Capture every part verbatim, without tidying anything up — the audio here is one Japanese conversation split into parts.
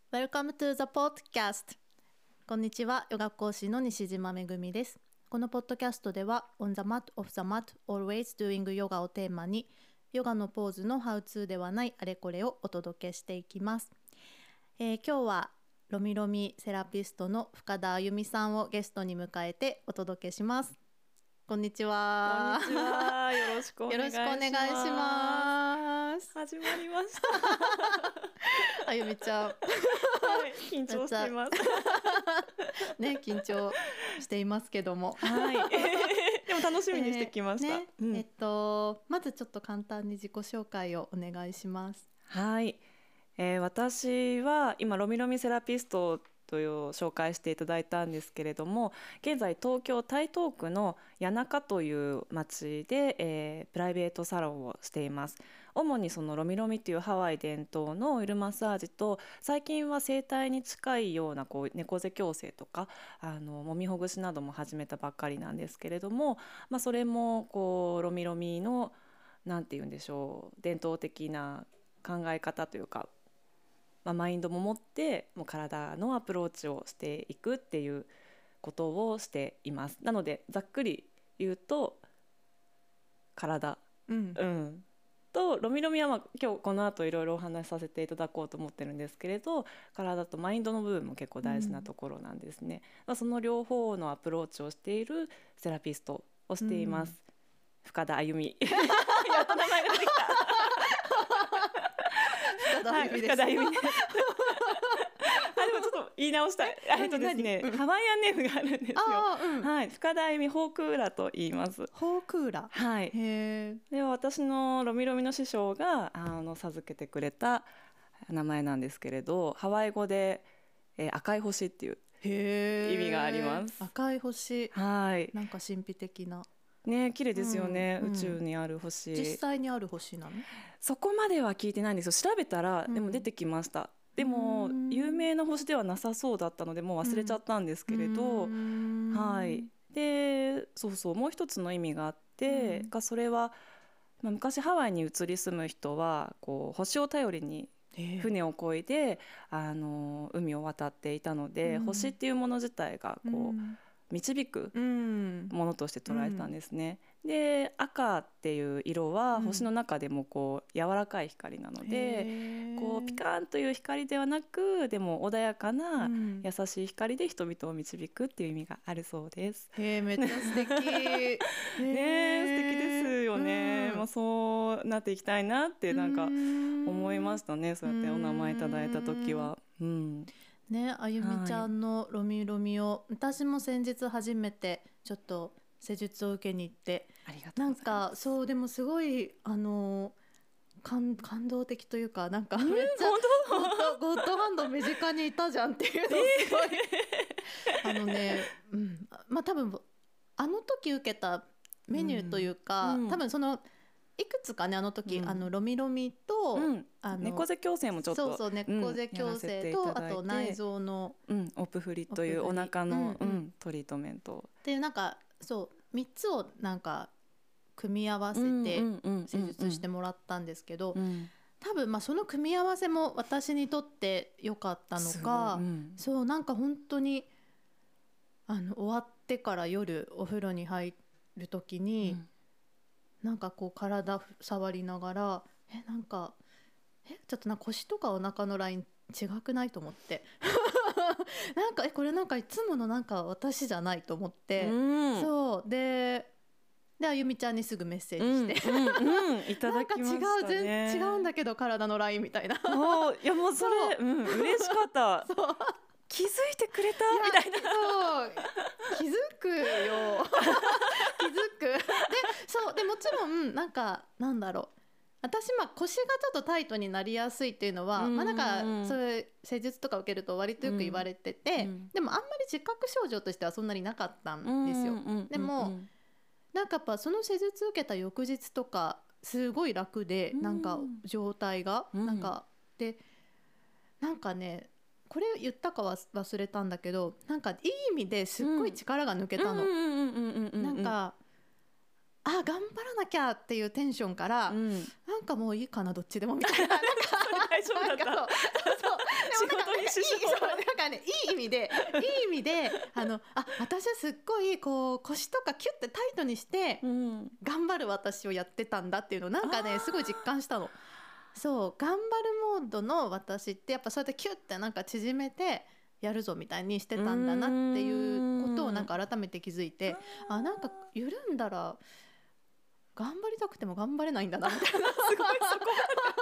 Welcome to the podcast. こんにちは、ヨガ講師の西島めぐみです。このポッドキャストでは On the mat, off the mat, always doing yoga をテーマにヨガのポーズのハウツーではないあれこれをお届けしていきます。えー、今日はロミロミセラピストの深田あゆみさんをゲストに迎えてお届けします。こんにちは。 こんにちは。よろしくお願いします。 よろしくお願いします。 始まりました。 あゆみちゃん、はい、 緊張しています。 ね、緊張していますけども、 はい。でも楽しみにしてきました。 えーねうん、えっとまずちょっと簡単に自己紹介をお願いします。 はい。えー、私は今ロミロミセラピストという紹介していただいたんですけれども、現在東京台東区の谷中という町で、えー、プライベートサロンをしています。主にそのロミロミというハワイ伝統のオイルマッサージと、最近は整体に近いようなこう猫背矯正とかあの揉みほぐしなども始めたばっかりなんですけれども、まあ、それもこうロミロミのなんて言うんでしょう、伝統的な考え方というか、まあ、マインドも持ってもう体のアプローチをしていくっていうことをしています。なのでざっくり言うと体、 うんうん、とロミロミは、まあ、今日この後いろいろお話しさせていただこうと思ってるんですけれど、体とマインドの部分も結構大事なところなんですね、うんまあ、その両方のアプローチをしているセラピストをしています、うん、深田あゆみやっと名前が出てきた深田あゆみですあ、でもちょっと言い直したい。えっとですね、うん、ハワイアンネームがあるんですよ。うんはい、深田あゆみホークーラと言います。 ホークーラ、 はい、へで私のロミロミの師匠があの授けてくれた名前なんですけれど、ハワイ語で、えー、赤い星っていう意味があります。 赤い星、はい、なんか神秘的なね、綺麗ですよね、うん、宇宙にある星。 実際にある星なの？ そこまでは聞いてないんですよ。調べたら、うん、でも出てきました。でも有名な星ではなさそうだったのでもう忘れちゃったんですけれど、うん、はい、でそうそうもう一つの意味があって、うん、それは、まあ、昔ハワイに移り住む人はこう星を頼りに船を漕いであの海を渡っていたので、うん、星っていうもの自体がこう、うん導くものとして捉えたんですね、うん、で赤っていう色は星の中でもこう柔らかい光なので、うん、こうピカーンという光ではなくでも穏やかな優しい光で人々を導くっていう意味があるそうです。 へー、めっちゃ素敵ね、素敵ですよね、うんまあ、そうなっていきたいなってなんか思いましたね、そうやってお名前いただいた時は、うんね、あゆみちゃんのロミロミを、はい、私も先日初めてちょっと施術を受けに行って、 ありがとうございます。 なんかそうでもすごいあの感, 感動的というかなんかめっちゃゴッドハンド身近にいたじゃんっていうのすごい、えー、あのね、うんまあ、多分あの時受けたメニューというか、うん、多分そのいくつかねあの時、うん、あのロミロミと、うん、あの猫背矯正もちょっとそうそう猫背矯正と、うん、あと内臓の、 うん、オープフリというお腹の、うんうん、トリートメントっていうなんかそうみっつをなんか組み合わせて施術してもらったんですけど、多分まあその組み合わせも私にとって良かったのか、うん、そうなんか本当にあの終わってから夜お風呂に入る時に、うんなんかこう体触りながらえなんかえちょっとなんか腰とかお腹のライン違くないと思ってなんかえこれなんかいつものなんか私じゃないと思って、うん、そうでであゆみちゃんにすぐメッセージして、うんうんうん、いただきましたね。 なんか違う全然違うんだけど体のラインみたいなもういやもうそれそう、うん、嬉しかったそう気づいてくれたみたいなそう気づくよ気づくでそうでもちろんなんかなんだろう私まあ腰がちょっとタイトになりやすいっていうのは、まあ、なんかそういう施術とか受けると割とよく言われてて、うん、でもあんまり自覚症状としてはそんなになかったんですよ、うん、でも、うん、なんかやっぱその施術受けた翌日とかすごい楽で、うん、なんか状態が、うん、なんかでなんかねこれ言ったかは忘れたんだけどなんかいい意味ですっごい力が抜けたの。なんかあ頑張らなきゃっていうテンションから、うん、なんかもういいかなどっちでもみたいななんか大丈夫だった。 そうそうそう仕事に集師匠いいそうなんかねいい意味でいい意味であのあ私はすっごいこう腰とかキュッてタイトにしてうん頑張る私をやってたんだっていうのをなんかあーねすごい実感したの。そう頑張るモードの私ってやっぱそうやってキュッてなんか縮めてやるぞみたいにしてたんだなっていうことをなんか改めて気づいて、あなんか緩んだら頑張りたくても頑張れないんだなみたいな。すごいそこ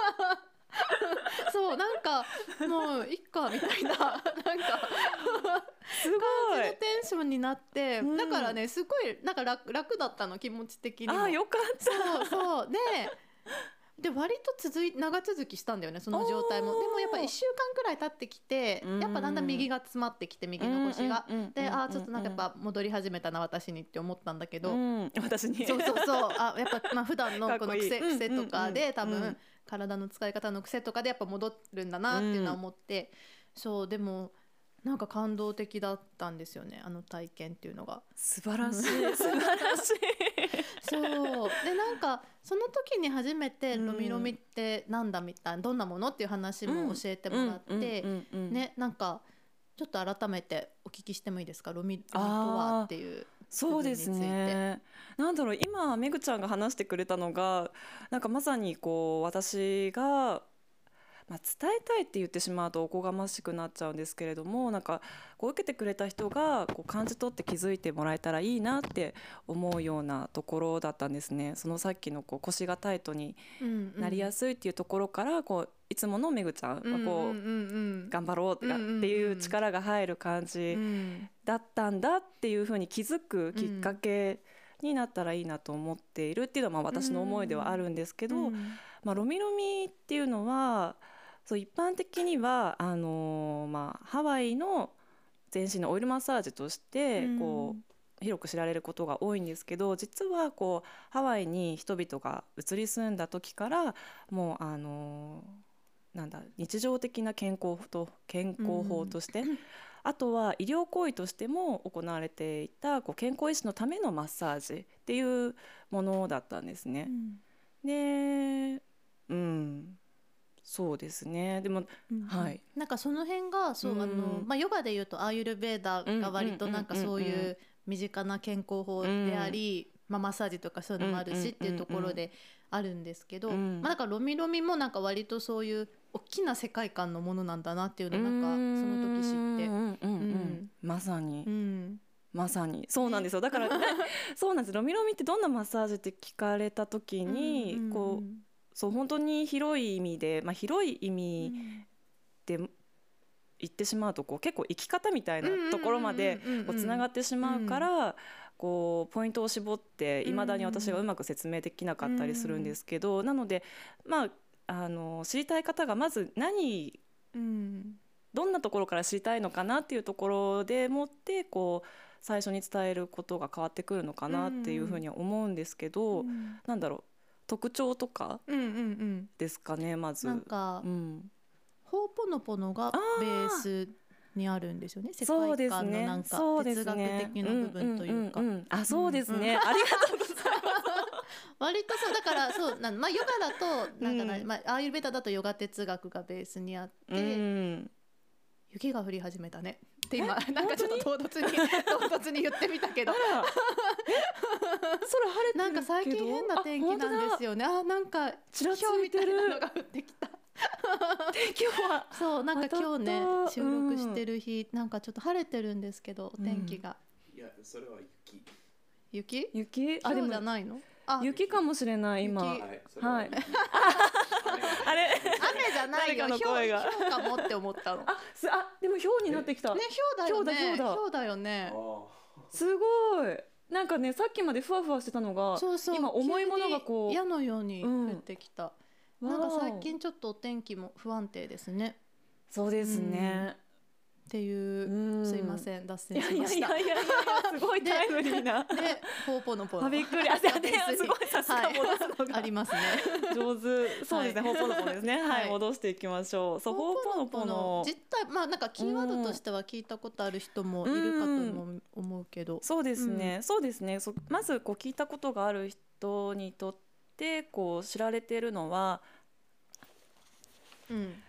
そうなんかもういっかみたいななんかすごいテンションになって、 うんだからねすごいなんか 楽, 楽だったの気持ち的にも。 あよかったそうそうでで割と続い長続きしたんだよねその状態も。でもやっぱいっしゅうかんくらい経ってきてうんやっぱだんだん右が詰まってきて右の腰が、 うんうんうんうんであちょっとなんかやっぱ戻り始めたな私にって思ったんだけど、 うん私にそうそうそうあやっぱまあ普段のこの癖かっこいい癖とかで多うんうんうん分体の使い方の癖とかでやっぱ戻るんだなっていうのは思って、そうでもなんか感動的だったんですよねあの体験っていうのが。 素晴らしい素晴らしいそうでなんかその時に初めてうんロミロミってなんだみたいなどんなものっていう話も教えてもらって、 うんうんうんうんねなんかちょっと改めてお聞きしてもいいですかロミロミとはっていうそうですね。なんだろう今めぐちゃんが話してくれたのがなんかまさにこう私が、まあ、伝えたいって言ってしまうとおこがましくなっちゃうんですけれどもなんかこう受けてくれた人がこう感じ取って気づいてもらえたらいいなって思うようなところだったんですね。そのさっきのこう腰がタイトになりやすいっていうところからこういつものめぐちゃんはこう、 うんうんうんうん頑張ろうとかっていう力が入る感じうんだったんだっていうふうに気づくきっかけになったらいいなと思っているっていうのはまあ私の思いではあるんですけど、 うんまあ、ロミロミっていうのはそう一般的にはあのーまあ、ハワイの全身のオイルマッサージとしてこう広く知られることが多いんですけど実はこうハワイに人々が移り住んだ時からもうあのーなんだ日常的な健康と健康法として、あとは医療行為としても行われていたこう健康維持のためのマッサージっていうものだったんですね。で、うんそうですねでも、 うんはいなんかその辺がそう、 うんあのまあ、ヨガでいうとアーユルベーダが割となんかそういう身近な健康法であり、まあ、マッサージとかそういうのもあるしっていうところであるんですけど、 うんまあ、だからロミロミもなんか割とそういう大きな世界観のものなんだなっていうのをなんかその時知って、 うんうんうんうんうんまさに、 うんまさにそうなんですよだからそうなんですロミロミってどんなマッサージって聞かれた時に、 うんうんうんこうそう本当に広い意味で、まあ、広い意味で言ってしまうとこう結構生き方みたいなところまでつながってしまうからこうポイントを絞っていまだに私がうまく説明できなかったりするんですけどなので、まあ、あの知りたい方がまず何どんなところから知りたいのかなっていうところでもってこう最初に伝えることが変わってくるのかなっていうふうには思うんですけど、なんだろう特徴とかですかねまず。 なんか、 うん、 ホーポノポノがベースにあるんですよね世そう界ですね観のなんかそうです哲学ね的な部分というか、 んんんんあそうですね、 うんありがとうございます割とそうだからそうなん、まあ、ヨガだとなんかな、 うんまあ、アーユルベーダだとヨガ哲学がベースにあって、 うん雪が降り始めたねって今なんかちょっと唐突に唐突に言ってみたけどあらえ空晴れてるけどなんか最近変な天気なんですよね。あなんかちらつ今日みたいてるいなのが降ってきた天気はそうなんか今日ね当たった収録してる日、なんかちょっと晴れてるんですけどお天気が、 いや、それは雪。 雪雪あでも今日じゃないのあ雪かもしれない今雪はい、それは雪。 あれ雨じゃないよ誰かの声がひょうひょうかもって思ったのねあすあでも氷になってきた、 ひょうだよねひょうだひょうだひょうだよねあすごいなんかねさっきまでふわふわしてたのがそうそう今重いものがこう急に矢のように降ってきた、なんかわお最近ちょっとお天気も不安定ですねそうですね、 っていう、 うんすいません脱いやい線しましたやいやいやいやすごいタイムリーなでポーポノポノあびっくりあでで別にすごいさすがはい戻すのがありますね上手そうですね、 はいホーポノポノですねはい、 はい戻していきましょうそうホーポノポノ実態まあなんかキーワードとしては聞いたことある人もいるかとも思うけど、 そうですね、そうですねそまずこう聞いたことがある人にとってこう知られているのはうん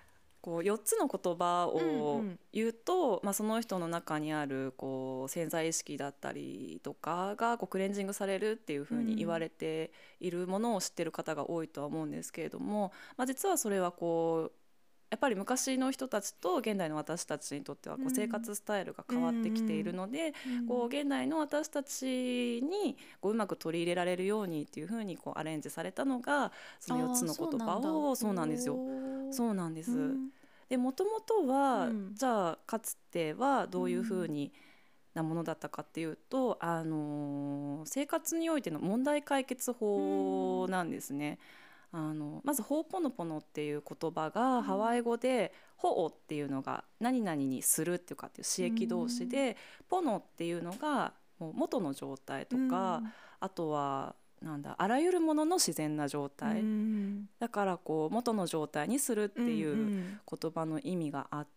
こうよっつの言葉うんうをん言うと、まあ、その人の中にあるこう潜在意識だったりとかがこうクレンジングされるっていうふうに言われているものを知ってる方が多いとは思うんですけれども、まあ、実はそれはこうやっぱり昔の人たちと現代の私たちにとってはこう生活スタイルが変わってきているので、こう現代の私たちにこううまく取り入れられるようにっていうふうにこうアレンジされたのがそのよっつの言葉を。そうなんですよ。そうなんです。でもともとは、うん、じゃあかつてはどういうふうになものだったかっていうと、あのー、生活においての問題解決法なんですね。あのまずホーポノポノっていう言葉がハワイ語で、ホオっていうのが何々にするっていうかっていう詞域動詞で、ポノっていうのがもう元の状態とか、あとはなんだあらゆるものの自然な状態だからこう元の状態にするっていう言葉の意味があって、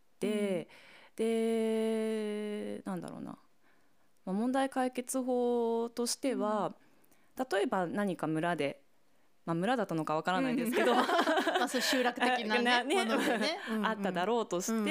でなんだろうな、まあ、問題解決法としては、例えば何か村でまあ、村だったのかわからないですけど、うんまあそう集落的な、ねね、ものでね、 うんうん、あっただろうとして、うんうん、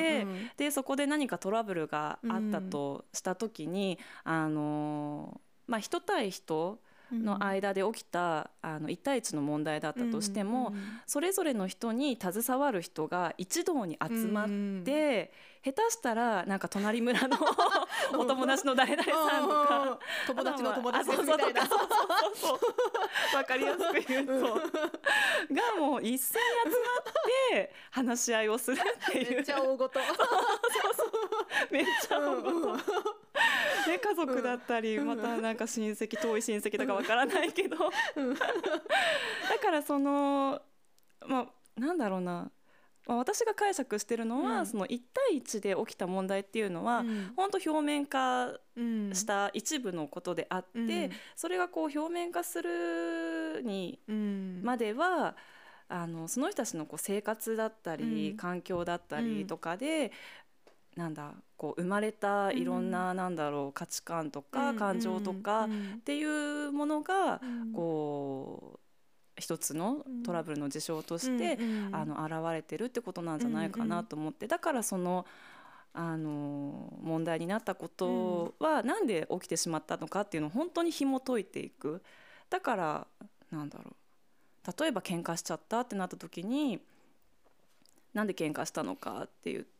でそこで何かトラブルがあったとした時に、うんあのまあ、人対人の間で起きたあのいち対いちの問題だったとしても、うんうん、それぞれの人に携わる人が一堂に集まって、うん、下手したらなんか隣村のお友達の誰々さんとか友達の友達ですみたいな分かりやすく言うとがもう一斉に集まって話し合いをするっていうめっちゃ大ごとそうそうそうめっちゃ大ごとで家族だったり、またなんか親戚遠い親戚とかわからないけどだからそのまあなんだろうな、まあ、私が解釈してるのは、うん、そのいち対いちで起きた問題っていうのは、うん、本当表面化した一部のことであって、うん、それがこう表面化するにまでは、あのその人たちのこう生活だったり、環境だったりとかで、なんだこう生まれたいろんな、なんだろう価値観とか感情とかっていうものがこう一つのトラブルの事象としてあの現れてるってことなんじゃないかなと思って、だからそのあの問題になったことはなんで起きてしまったのかっていうのを本当に紐解いていく。だからなんだろう、例えば喧嘩しちゃったってなった時になんで喧嘩したのかって言って、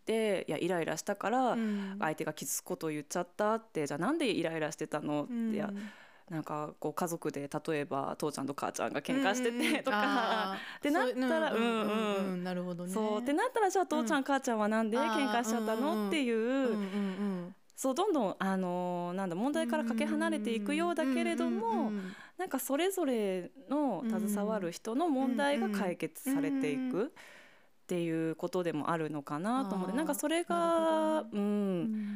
いやイライラしたから相手が傷つくことを言っちゃったって、じゃあなんでイライラしてたのって、いやなんかこう家族で例えば父ちゃんと母ちゃんが喧嘩しててとかってなったら、うんうんなるほどね、そうってなったら、じゃあ父ちゃん母ちゃんはなんで喧嘩しちゃったのっていう、そうどんどんあのなんだ問題からかけ離れていくようだけれども、なんかそれぞれの携わる人の問題が解決されていくっていうことでもあるのかなと思って、なんかそれが、うん、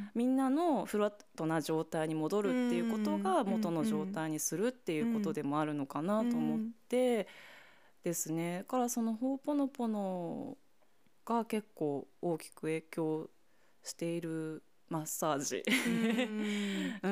みんなのフラットな状態に戻るっていうことが元の状態にするっていうことでもあるのかなと思ってですね。だからそのホーポノポノが結構大きく影響しているマッサージうん、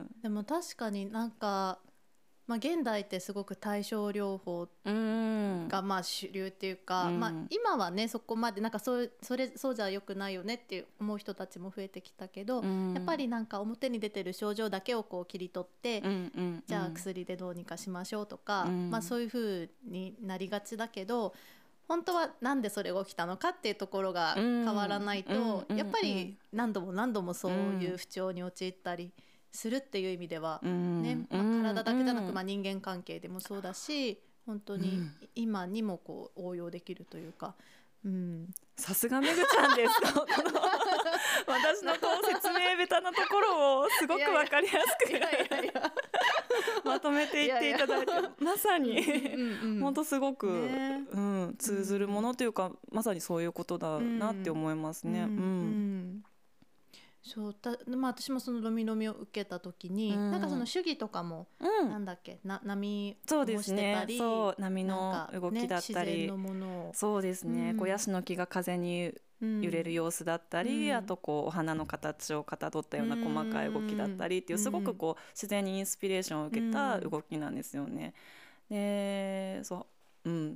でも確かになんかまあ、現代ってすごく対症療法がまあ主流っていうか、うんまあ、今はねそこまでなんかそれ、それそうじゃよくないよねって思う人たちも増えてきたけど、うん、やっぱりなんか表に出てる症状だけをこう切り取って、うんうんうん、じゃあ薬でどうにかしましょうとか、うんまあ、そういう風になりがちだけど、本当はなんでそれが起きたのかっていうところが変わらないと、やっぱり何度も何度もそういう不調に陥ったりするっていう意味では、ねまあ、体だけじゃなく、まあ、人間関係でもそうだし、本当に今にもこう応用できるというか、うん、 さすがめぐちゃんです私のこう説明ベタなところをすごく分かりやすくまとめていっていただいて、まさに本当すごく、ねうん、通ずるものというか、まさにそういうことだなって思いますね。うんうんうんそうだまあ、私もそのロミロミを受けた時に、うん、なんかその手技とかも、うん、なんだっけな波をしてたり、 そうですね、そう波の動きだったり、ね、 自然のものをそうですね、うん、こうヤシの木が風に揺れる様子だったり、うん、あとこうお花の形をかたどったような細かい動きだったりっていう、すごくこう自然にインスピレーションを受けた動きなんですよね。でそう、うん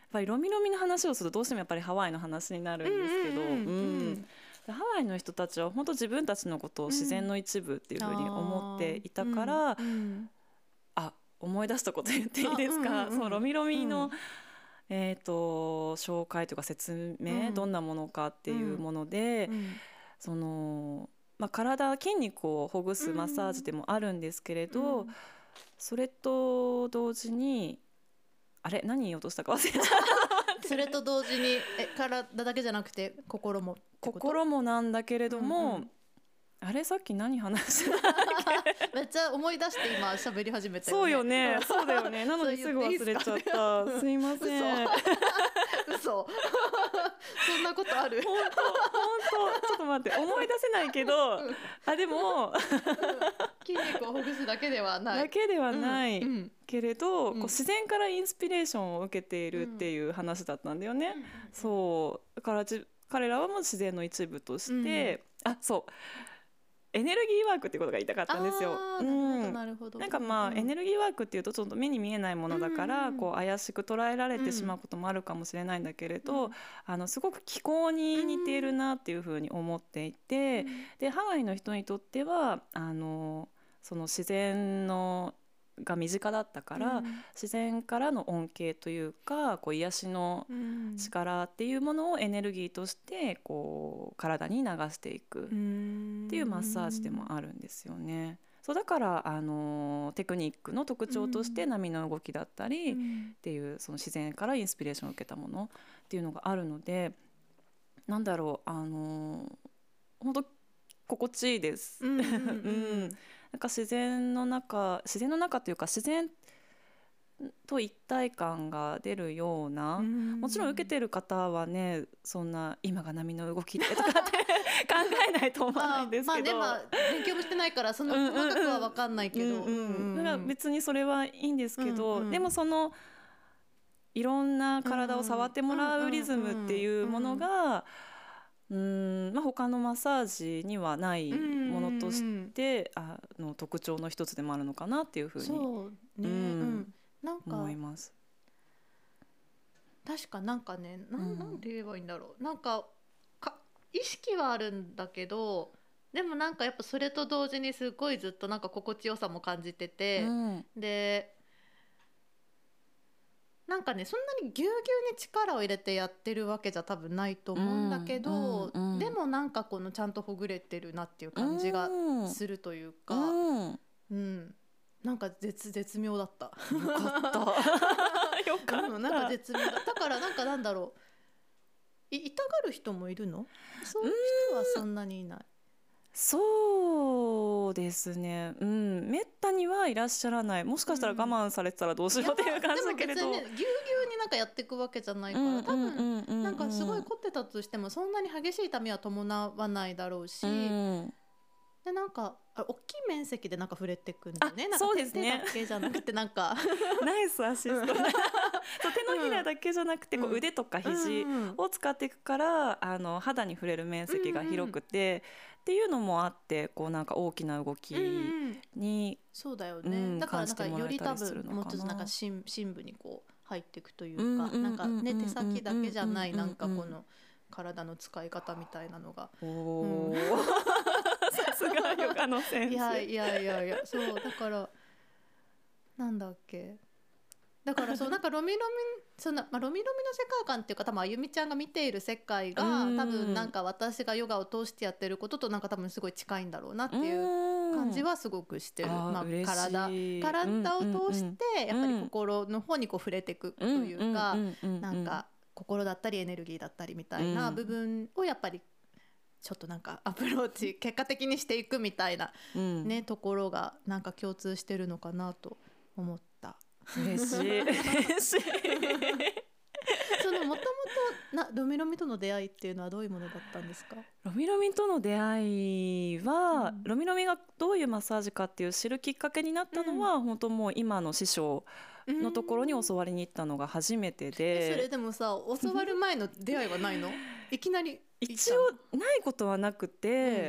ぱりロミロミの話をするとどうしてもやっぱりハワイの話になるんですけど、 うんうんうんうんうんハワイの人たちは本当自分たちのことを自然の一部っていうふうに思っていたから、 うんうんあ思い出したこと言っていいですか、 うんうんうん、 そうロミロミの、 うんえー、と紹介というか説明、 うん、 どんなものかっていうもので、 うんそのまあ、体筋肉をほぐすマッサージでもあるんですけれど、 うんそれと同時にあれ何言おうとしたか忘れちゃったそれと同時にえ体だけじゃなくて心もってこと？ 心もなんだけれども、 うんうんあれさっき何話してためっちゃ思い出して今喋り始めたよね。 そうよねんそうだよねなのですぐ忘れちゃったすいません嘘嘘そんなことある？ 本当本当ちょっと待って思い出せないけど、 うんあでも筋肉をほぐすだけではないだけではないうんうんけれど、 うんこう自然からインスピレーションを受けているっていう話だったんだよね、そうだからじ彼らはもう自然の一部として、うん、あそうエネルギーワークっていうことが言いたかったんですよ。 あーなるほどなるほど、 なんかまあ、 うんエネルギーワークっていうとちょっと目に見えないものだから、 うんこう怪しく捉えられてしまうこともあるかもしれないんだけれど、 うんあのすごく気候に似ているなっていうふうに思っていて、でハワイの人にとってはあのその自然のが身近だったから、 うん自然からの恩恵というかこう癒しのうん力っていうものをエネルギーとしてこう体に流していくっていうマッサージでもあるんですよね。そうだからあのテクニックの特徴として波の動きだったりっていうその自然からインスピレーションを受けたものっていうのがあるので、なんだろうあの本当心地いいです。 うんうんうんうんなんか自然の中自然の中というか自然と一体感が出るような、 うんもちろん受けてる方はねそんな今が波の動きでとかって考えないと思わないんですけど、 まあまあね、まあ、勉強もしてないからその細かくは分かんないけど、 うんうんうんだから別にそれはいいんですけど、 うんうんでもそのいろんな体を触ってもらうリズムっていうものがうーん、まあ、他のマッサージにはないものとしてあの特徴の一つでもあるのかなっていうふうにそうね、 うんうんなんか思います。 確かなんかねなうんんなんて言えばいいんだろう、なんかか意識はあるんだけどでもなんかやっぱそれと同時にすごいずっとなんか心地よさも感じてて、 うんでなんかねそんなにぎゅうぎゅうに力を入れてやってるわけじゃ多分ないと思うんだけど、 うんうんうんでもなんかこのちゃんとほぐれてるなっていう感じがするというか、 うんようん、なんか絶絶妙だった。 かったよかった、 うんなんか絶妙だだからなんかなんだろうい痛がる人もいるの？そういう人はそんなにいない。 そうですね、うん、めったにはいらっしゃらない。もしかしたら我慢されてたらどうしようっていう感じだけれど、 でも別にねぎゅうぎゅうになんかやっていくわけじゃないから、多分分なんかすごい凝ってたとしてもそんなに激しい痛みは伴わないだろうし、 うんでなんかあ大きい面積でなんか触れてくんだよね。 あなんかそうですね手だけじゃなくてなんかナイスアシストそう手のひらだけじゃなくてこう腕とか肘を使っていくからあの肌に触れる面積が広くて、っていうのもあってこうなんか大きな動きに、 そうだよね、 うんだからなんか感じてもらえより多たりするのかな分もうちょっとなんか深深部にこう入っていくといううんか、なんかねうん手先だけじゃないうんなんかこの体の使い方みたいなのが、 おーさすがヨガの先生。 いやいやいやいやそうだからなんだっけだからそうなんかロミロミそんな、まあ、ロミロミの世界観っていうか多分あゆみちゃんが見ている世界がうん多分なんか私がヨガを通してやってることとなんか多分すごい近いんだろうなっていう感じはすごくしてる、まあ、体体を通してやっぱり心の方にこう触れていくというか、なんか心だったりエネルギーだったりみたいな部分をやっぱりちょっとなんかアプローチ結果的にしていくみたいな、ね、ところがなんか共通してるのかなと思った。 嬉しい嬉しいそのもともとなロミロミとの出会いっていうのはどういうものだったんですか？ ロミロミとの出会いは、 うんロミロミがどういうマッサージかっていう知るきっかけになったのは、うん、本当もう今の師匠のところに教わりに行ったのが初めてで、 それでもさ教わる前の出会いはないの？いきなり一応ないことはなくて、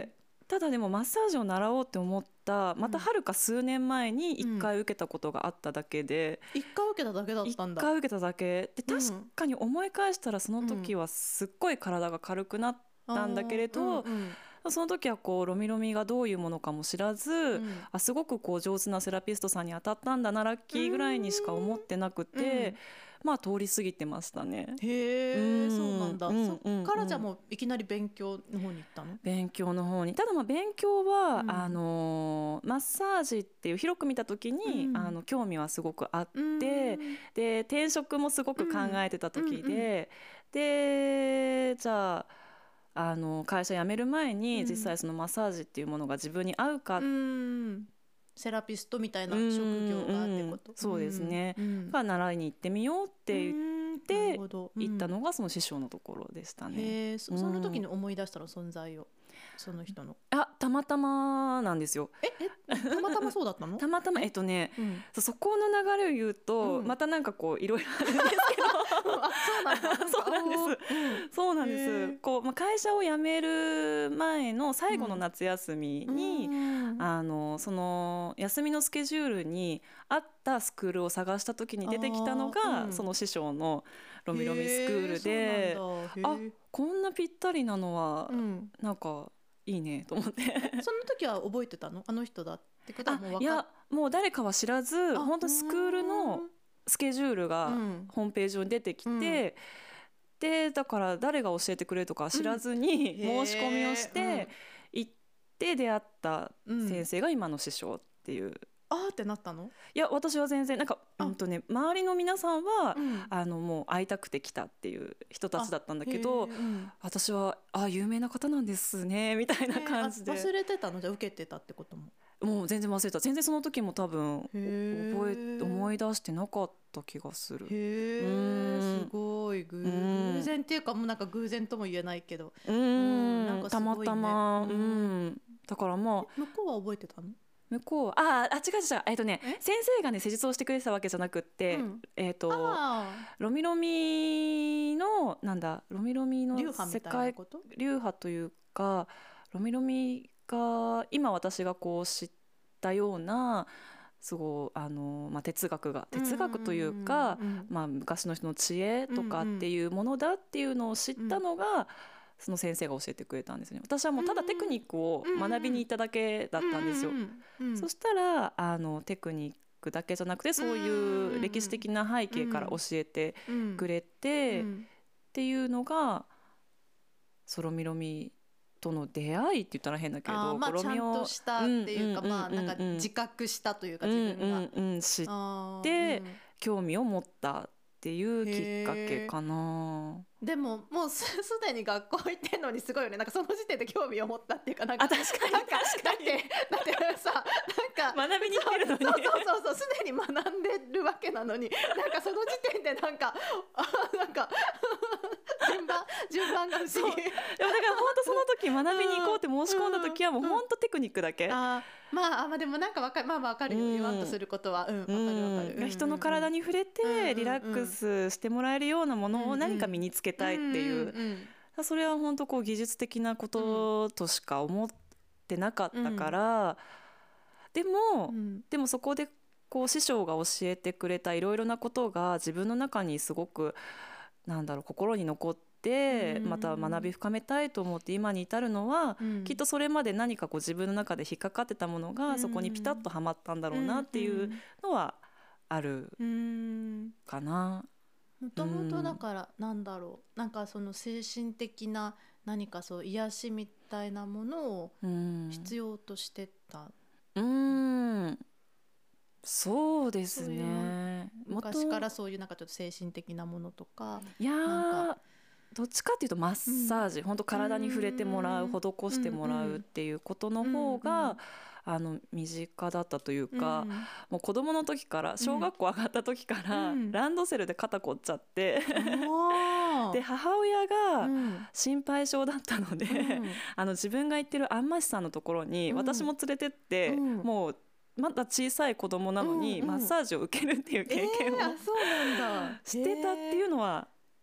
ただでもマッサージを習おうって思ったまたはるか数年前にいっかい受けたことがあっただけで、 一回受けただけだったんだ。 いっかい受けただけで、 うん確かに思い返したらその時はすっごい体が軽くなったんだけれど、 うんうんその時はこうロミロミがどういうものかも知らず、 うんあすごくこう上手なセラピストさんに当たったんだなラッキーぐらいにしか思ってなくて、まあ通り過ぎてましたね。 へえ、 うんそうなんだ。 うんそっからじゃあもういきなり勉強の方に行ったの？ 勉強の方に。ただまあ勉強は、 うんあのーマッサージっていう広く見た時に、 うんあの興味はすごくあって、 うんで転職もすごく考えてた時で、でじゃああの会社辞める前に、 うん実際そのマッサージっていうものが自分に合うか、 うんセラピストみたいな職業がってこと？ うんそうですね、 うんが習いに行ってみようって言っってて行ったのがその師匠のところでしたね。 へえ、そうんその時に思い出したの、存在を、その人の。 あたまたまなんですよ。 ええたまたまそうだったの？ たまたまえっとねうんそそこの流れを言うと、 うんまたなんかこういろいろあるんですけどあ、そうなんだ。 そうなんですそうなんでへすーこう、まあ、会社を辞める前の最後の夏休みに、 うんあのその休みのスケジュールに合ったスクールを探した時に出てきたのが、 あーうんその師匠のロミロミスクールで、 へーそうなんだ。へーこんなぴったりなのは、 うんなんかいいねと思ってその時は覚えてたの？あの人だってことはあもう分かっいやもう誰かは知らずあ本当スクールのスケジュールがうんホームページ上に出てきて、 うんでだから誰が教えてくれるとかは知らずにうん申し込みをしへーて行って出会ったうん先生が今の師匠っていう、 あーってなったの？ いや私は全然なんかあうんとね周りの皆さんは、 うんあのもう会いたくて来たっていう人たちだったんだけどへーうん私はあ有名な方なんですねみたいな感じで、 へーあ忘れてたの？じゃあ受けてたってことも。 もう全然忘れた全然その時も多分へー覚え思い出してなかった気がする。 へうんえ、すごい偶うん偶然っていうかもうなんか偶然とも言えないけど、 ううんなんんたまかすごいねたま、 うんうん、だからまあ向こうは覚えてたの？ 向こうああ違う違うえっとねえ先生がね施術をしてくれてたわけじゃなくって、 うんえっとあロミロミのなんだロミロミのあ、流派み世たいな界こと？ 流派というかロミロミが今私がこう知ったようなすごいあの、まあ、哲学が哲学というか、 うんうんうんまあ、昔の人の知恵とかっていうものだっていうのを知ったのが、その先生が教えてくれたんですね。私はもうただテクニックを学びに行っただけだったんですよ。 うんうんうんそしたらあのテクニックだけじゃなくてそういう歴史的な背景から教えてうんくれて、っうんていうのがソロミロミとの出会いって言ったら変だけれど、 あーまあちゃんロミオとしたっていうか、 うんうんうんうんまあなんか自覚したというか、 うん自分が、 うんうん知っあーてうん興味を持ったっていうきっかけかな。 でももうすすでに学校行ってんのにすごいよね。なんかその時点で興味を持ったっていうか、なんかあ確かになんか確かにだってだってさなんか学びに行ってるのにそうそうそうそうすでに学んでるわけなのに、なんかその時点でなんかあなんか順番順番が不思議。 でもだから本当その時学びに行こうって申し込んだ時はもう本当テクニックだけ、 あーまああまあでもなんかわかる、まあまあわかるよ、 うん言わんとすることは、うんわかるわかる、 うん人の体に触れうんうんうんてリラックスしてもらえるようなものを何か身につけたいっていう、 んんんそれは本当こう技術的なこととしか思ってなかったから、でも、 うんでもそこでこう師匠が教えてくれたいろいろなことが自分の中にすごくなんだろう心に残ってうんまた学び深めたいと思って今に至るのは、 うんきっとそれまで何かこう自分の中で引っかかってたものうんがそこにピタッとはまったんだろうなっていうのはあるうんかな。 もともとだからなんだろう、なんかその精神的な何かそう癒しみたいなものをうん必要としてた、 うんそうですそういね。 昔からそういうなんかちょっと精神的なものとか。 いやーなんかどっちかっていうとマッサージ、本当体に触れてもらう、 うん施してもらうっていうことの方が、 うんうんあの身近だったというか、 うんもう子供の時から小学校上がった時から、 うんランドセルで肩凝っちゃって、 あーで母親うがん心配性だったので、 うんあの自分が行ってるあんましさんのところにうん私も連れてって、 うんもうまだ小さい子供なのにうんうんマッサージを受けるっていう経験をえーあそうなんだしてたっていうのは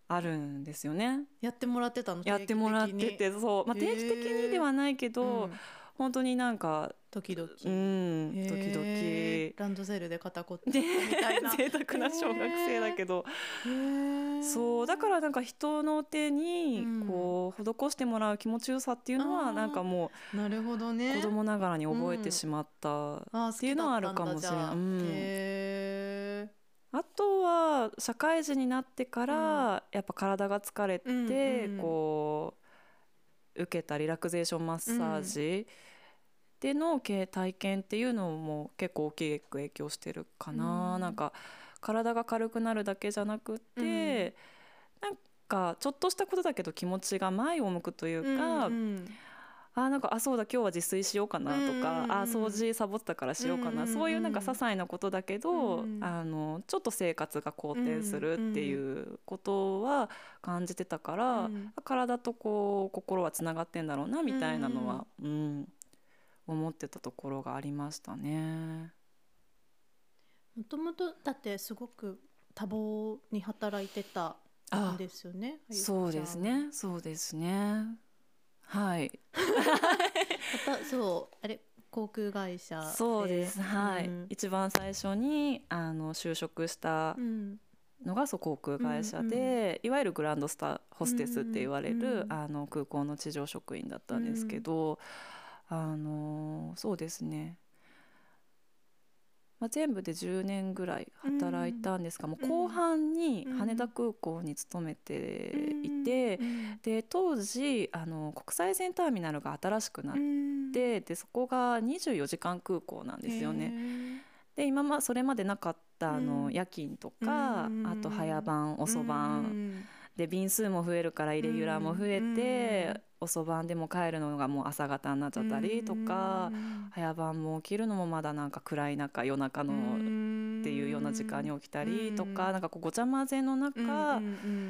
あるんですよね。 やってもらってたの？ やってもらってて、そう、まあ、定期的にではないけど、うん、本当になんか時々、 うん、時々 ランドセルで肩こってみたいな贅沢な小学生だけど、そうだからなんか人の手にこう施してもらう気持ちよさっていうのはなんかもう、 なるほどね、 子供ながらに覚えてしまったっていうのはあるかもしれない。うん、へー、あとは社会人になってからやっぱ体が疲れて、うんうん、こう受けたリラクゼーションマッサージでの体験っていうのも結構大きく影響してるかな、うん、なんか体が軽くなるだけじゃなくて、うん、なんかちょっとしたことだけど気持ちが前を向くというか、うんうん、あなんかあそうだ今日は自炊しようかなとか、うんうん、あ掃除サボってたからしようかな、うんうん、そういうなんか些細なことだけど、うん、あのちょっと生活が好転するっていうことは感じてたから、うん、体とこう心はつながってんだろうなみたいなのは、うんうん思ってたところがありましたね。 もともとだってすごく多忙に働いてたんですよね。 そうですね、そうですね。はいまたそうあれ航空会社で、 そうです、はい、うん、一番最初にあの就職したのがそう航空会社で、うんうん、いわゆるグランドスターホステスって言われる、うん、あの空港の地上職員だったんですけど、うん、あのそうですね、まあ、全部でじゅうねんぐらい働いたんですが、うん、もう後半に羽田空港に勤めていて、うん、で当時あの国際線ターミナルが新しくなって、うん、でそこがにじゅうよじかん空港なんですよね。で今まそれまでなかったあの夜勤とか、うん、あと早番遅番、うん、で便数も増えるからイレギュラーも増えて、うん、遅番でも帰るのがもう朝方になっちゃったりとか、うん、早番も起きるのもまだなんか暗い中夜中のっていうような時間に起きたりとか、うん、なんかこうごちゃ混ぜの中、うんうんうん、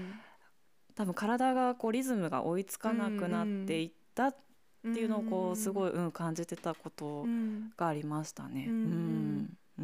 多分体がこうリズムが追いつかなくなっていったっていうのをこうすごい、うん、感じてたことがありましたね。うんうんうん、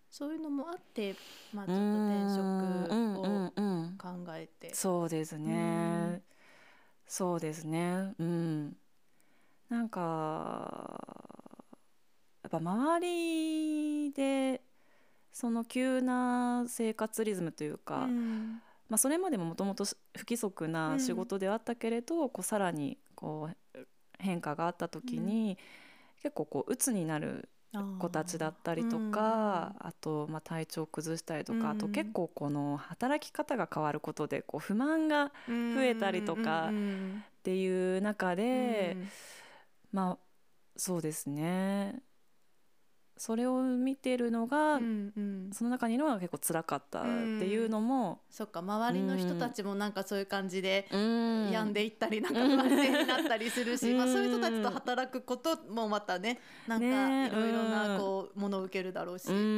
そういうのもあって、まあ、ちょっと転職を考えて、 うんうんうん、そうですね、うん、そうですね、うん、なんかやっぱ周りでその急な生活リズムというか、うんまあ、それまでももともと不規則な仕事ではあったけれど、うん、こうさらにこう変化があった時に、うん、結構こう鬱になる子たちだったりとか、あ, あとまあ体調崩したりとか、うん、あと結構この働き方が変わることでこう不満が増えたりとかっていう中で、うん、まあそうですね、それを見てるのが、うんうん、その中にいるのが結構辛かったっていうのも、うん、 そっか周りの人たちもなんかそういう感じで病んでいったりなんか不安定になったりするし、うんまあ、そういう人たちと働くこともまたねなんかいろいろなこうものを受けるだろうし、うんうん、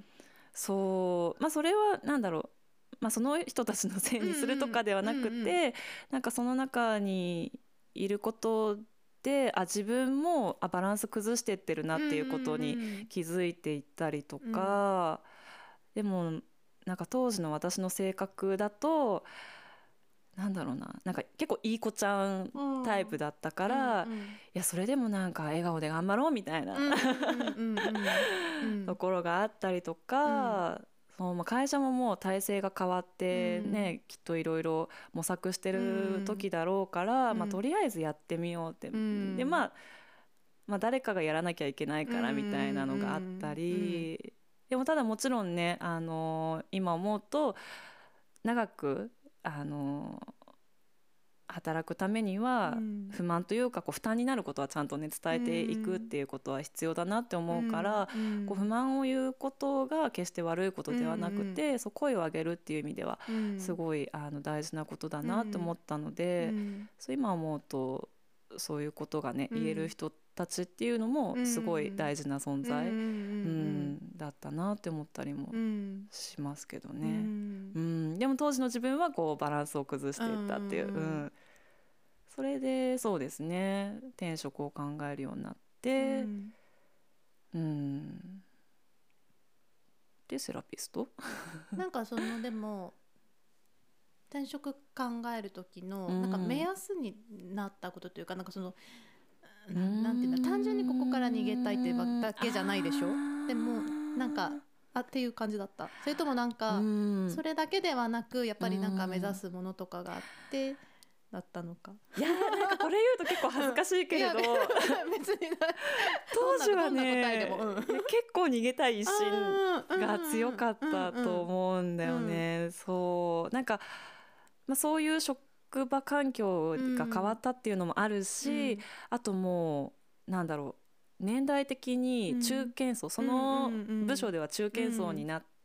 そうまあそれはなんだろう、まあ、その人たちのせいにするとかではなくて、うんうん、なんかその中にいることであ自分もあバランス崩してってるなっていうことに気づいていったりとか、うん、でもなんか当時の私の性格だとなんだろうな、なんか結構いい子ちゃんタイプだったから、うんうんうん、いやそれでもなんか笑顔で頑張ろうみたいなところがあったりとか、うんそうまあ、会社ももう体制が変わってね、うん、きっといろいろ模索してる時だろうから、うんまあ、とりあえずやってみようって、うん、で、まあ、まあ誰かがやらなきゃいけないからみたいなのがあったり、うん、でもただもちろんね、あのー、今思うと長く、あのー働くためには不満というかこう負担になることはちゃんとね伝えていくっていうことは必要だなって思うから、こう不満を言うことが決して悪いことではなくて、そう声を上げるっていう意味ではすごいあの大事なことだなと思ったので、そう今思うとそういうことがね言える人たちっていうのもすごい大事な存在、うん、だったなって思ったりもしますけどね、うんうん、でも当時の自分はこうバランスを崩していったっていう、うん、それでそうですね転職を考えるようになって、うんうん、でセラピストなんかそのでも転職考える時のうんなんか目安になったことというか、なんかそのななんていうんだ、単純にここから逃げたいっていうだけじゃないでしょ。でもなんかあっていう感じだった。それともなんかそれだけではなくやっぱりなんか目指すものとかがあってだったのか。 いやなんかこれ言うと結構恥ずかしいけれど、 いや別に当時はどんな答えでね、 もうん結構逃げたい一心が強かったと思うんだよね。そうなんか、まあ、そういう職場環境が変わったっていうのもあるし、 うんあともうなんだろう、年代的に中堅層、その部署では中堅層になって、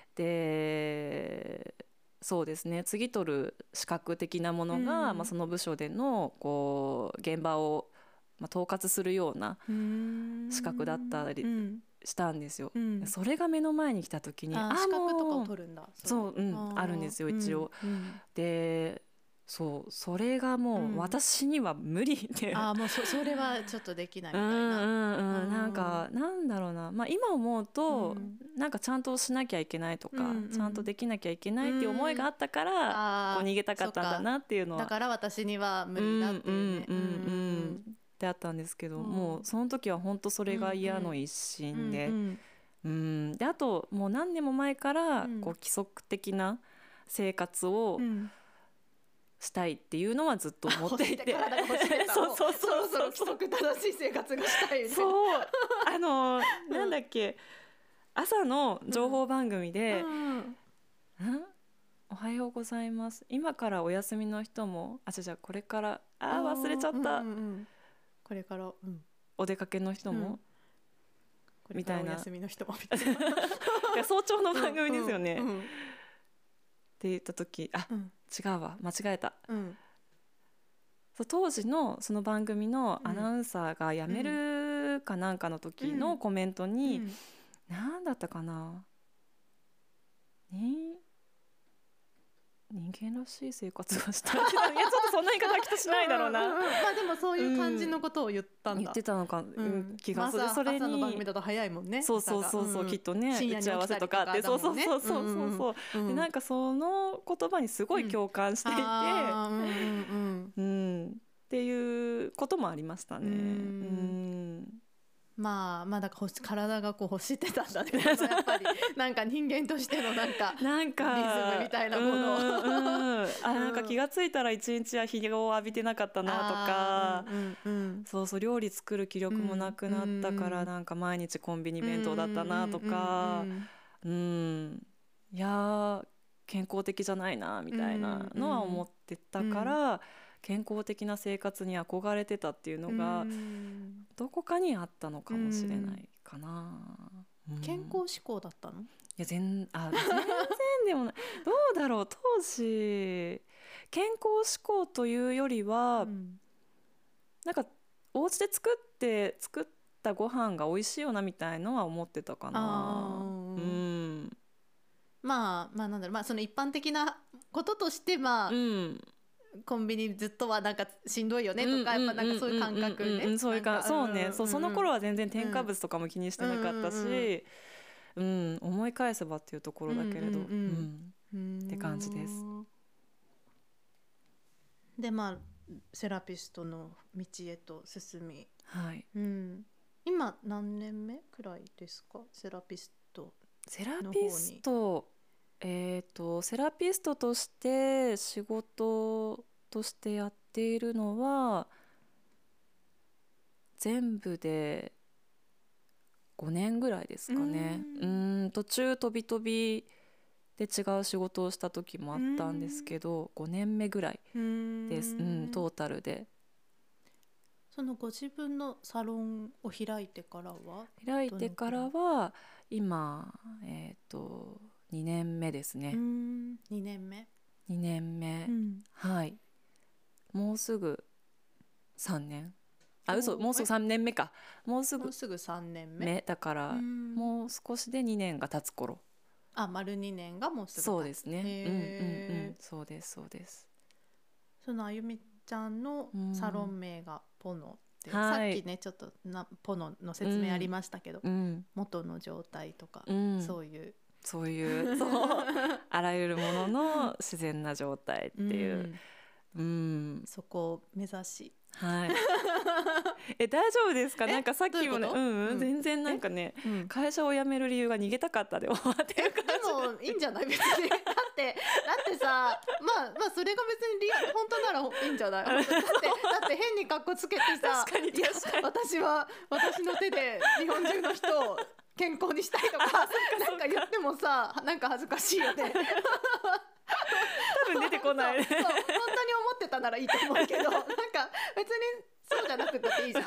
でそうですね、次取る資格的なものが、 うんまあ、その部署でのこう現場を、まあ、統括するような資格だったりしたんですよ。 うんそれが目の前に来た時に、ああ資格とかもうを取るんだ。 そう、うん、 あーあるんですよ一応。 うんうんでそうそれがもうんう私には無理で、 あーもう そ, それはちょっとできないみうんたいな。 うんうん、 うんなんかなんだろうな、まあ、今思うと、 うんなんかちゃんとしなきゃいけないとか、 うんうんちゃんとできなきゃいけないっていう思いがあったから、 あーこう逃げたかったんだなっていうのはだから私には無理だっていうね。 うんうんうんうんってあったんですけど、 うんもうその時は本当それが嫌の一心で、 うんうんうんであともう何年も前からうんこう規則的な生活をうんしたいっていうのはずっと思っていて、 体が欲してたそうそうそうそろそろ規則正しい生活がしたいみたいな。 そうあのなんだっけ、朝の情報番組で、 うんんおはようございます、今からお休みの人も、あじゃあこれからあー忘れちゃった、 うんうんうんこれから、うんお出かけの人も、 これからおみたいな休みの人もみたいな。 いや早朝の番組ですよね、 うんうんって言った時、あうん違うわ間違えた、 うんそう当時のその番組のアナウンサーが辞めるかなんかの時のコメントに、 うん何だったかな、に人間らしい生活をしたいいやちょっとそんな言い方はきっとしないだろうな、 んんんまあでもそういう感じのことを言ったんだ。 言ってたのか、 ううんん気がする、 まあ朝それ朝の番組にだと早いもんね。 そうそうそうそう、 朝がきっとね深夜に打ち合わせとかって起きたりとかだもんねそうそうそうそうそうそう、 うんでなんかその言葉にすごい共感していて、 あーうんうんうんうんっていうこともありましたね。 うんうんまあまあだから欲し体がこう欲してたんだね。そのやっぱりなんか人間としてのなんかなんかリズムみたいなものをうんうんあなんか気がついたら一日は日を浴びてなかったなとかあーうんうんそうそう料理作る気力もなくなったから、 うんなんか毎日コンビニ弁当だったなとかうんうんうんいやー健康的じゃないなみたいなのは思ってたから、健康的な生活に憧れてたっていうのうんがうんどこかにあったのかもしれないかな、うん健康志向だったの？ いや全あ全然でもないどうだろう当時健康志向というよりは、 うんなんかお家で作って作ったご飯が美味しいよなみたいのは思ってたかな。 あーうんまあまあなんだろうまあその一般的なこととしてまあうんコンビニずっとはなんかしんどいよねとかやっぱなんかそういう感覚うんうんうんうんね。 そういうかそうね、そうその頃はは全然添加物とかも気にしてなかったし、うん思い返せばっていうところだけれど、 うんうんうんって感じです。 でまあセラピストの道へと進み、 はい、 うん、今何年目くらいですかセラピスト？ セラピストえーとセラピストとして仕事としてやっているのは全部でごねんぐらいですかね。 ううん途中飛び飛びで違う仕事をした時もあったんですけどごねんめぐらいです、うん、トータルで。 そのご自分のサロンを開いてからは開いてからは今、えーとにねんめですね。 うんにねんめ、 にねんめ、 うんはいもうすぐさんねんあ嘘おもうすぐさんねんめかもうすぐもうすぐさんねんめ目だからうんもう少しでにねんが経つ頃。 あ丸にねんがもうすぐ経つそうですね、うんうんへーうんそうですそうです。 そのあゆみちゃんのサロン名がポノって、 うんはいさっきねちょっとなポノの説明ありましたけど、 うん元の状態とか、 うんそういうそういうそうあらゆるものの自然な状態っていう、うん、 そこを目指しはいえ大丈夫ですか？なんかさっきもねううん、うん、 ん、 全然なんかね、 うん、 会社を辞める理由が逃げたかったで終わってる感じ。 でもいいんじゃない別にだってだってさまあまあそれが別にリ本当ならいいんじゃないだってだって変に格好つけてさ確かに確かにいや私は私の手で日本中の人を健康にしたいとかなんか言ってもさなんか恥ずかしいよね多分出てこないそうそう本当に思ってたならいいと思うけどなんか別にそうじゃなくていいじゃん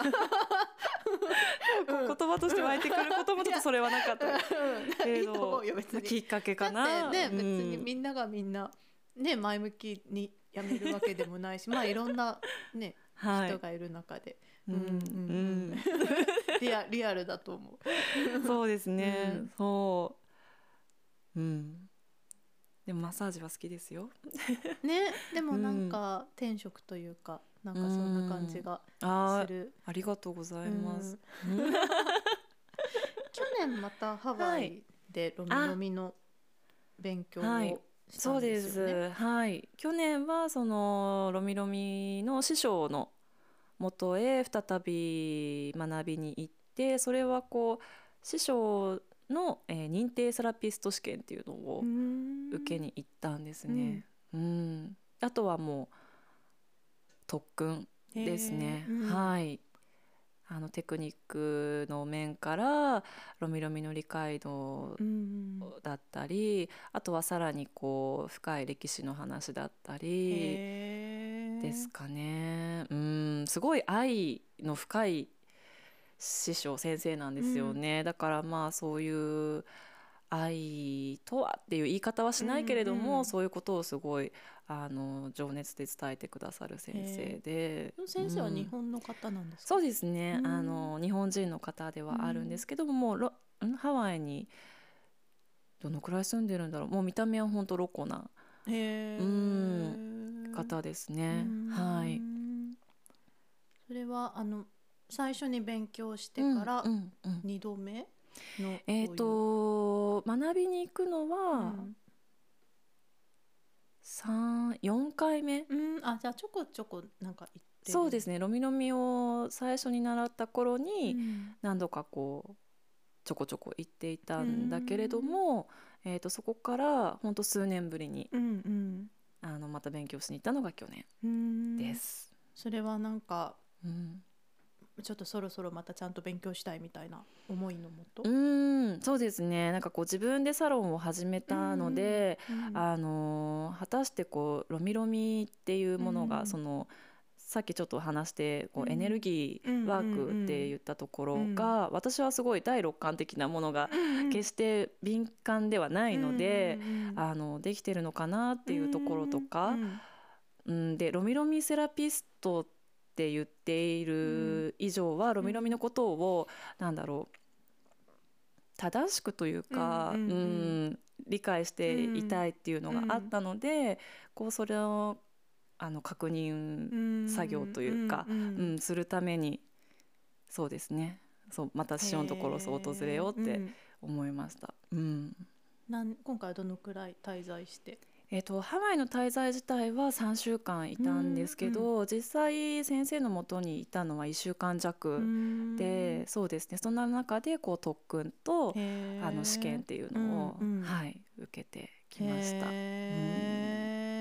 言葉として湧いてくることもちょっとそれはなかったけれど、 いいと思うよ別に。 きっかけかな。 だってね、 うん、 別にみんながみんなね前向きにやめるわけでもないしまあいろんなね、はい、人がいる中で、うんうんうん、リア、リアルだと思うそうですね、うん、そう、うん、でもマッサージは好きですよね。でもなんか、うん、転職というかなんかそんな感じがする。 あ、ありがとうございます、 うん、去年またハワイでロミロミの勉強をしたんですよね。 そうです、はい、去年はそのロミロミの師匠の元へ再び学びに行って、それはこう師匠の、えー、認定セラピスト試験っていうのを受けに行ったんですね、うんうん、あとはもう特訓ですね、うん、はい、あのテクニックの面からロミロミの理解度だったり、うん、あとはさらにこう深い歴史の話だったりですかね、うん、すごい愛の深い師匠先生なんですよね、うん、だからまあそういう愛とはっていう言い方はしないけれども、うんうん、そういうことをすごいあの情熱で伝えてくださる先生で、 先生は日本の方なんですか？ そうですね、あの日本人の方ではあるんですけども、もうロハワイにどのくらい住んでるんだろう、もう見た目は本当ロコなへうん方ですね、はい。 それはあの最初に勉強してからにどめの、うんうんうん、 えっ、ー、と学びに行くのは、うんさん、よんかいめ、 うん、あ、じゃあちょこちょこなんか行ってる。 そうですね、ロミロミを最初に習った頃に何度かこうちょこちょこ行っていたんだけれども、うん、えーとそこからほんと数年ぶりに、うんうん、あのまた勉強しに行ったのが去年です。 それはなんか、 うん、 ちょっとそろそろまたちゃんと勉強したいみたいな思いのもと？ うーん、そうですね、なんかこう自分でサロンを始めたので、うんうん、あの果たしてこうロミロミっていうものが、うん、そのさっきちょっと話してこうエネルギーワークって言ったところが、うんうん、私はすごい第六感的なものが決して敏感ではないので、うんうん、あのできてるのかなっていうところとか、うんうん、でロミロミセラピストってって言っている以上は、うん、ロミロミのことをなんだろう正しくというか、うんうんうん、理解していたいっていうのがあったので、うん、こうそれをあの確認作業というか、うんうんうん、するためにそうですね、そうまた師匠のところを訪れようって思いました、うん、 なん今回はどのくらい滞在して？ えーと、ハワイの滞在自体はさんしゅうかんいたんですけど、うん、実際先生のもとにいたのはいっしゅうかん弱で、そうですね、そんな中でこう特訓とあの試験っていうのを、うんうん、はい、受けてきました。うん、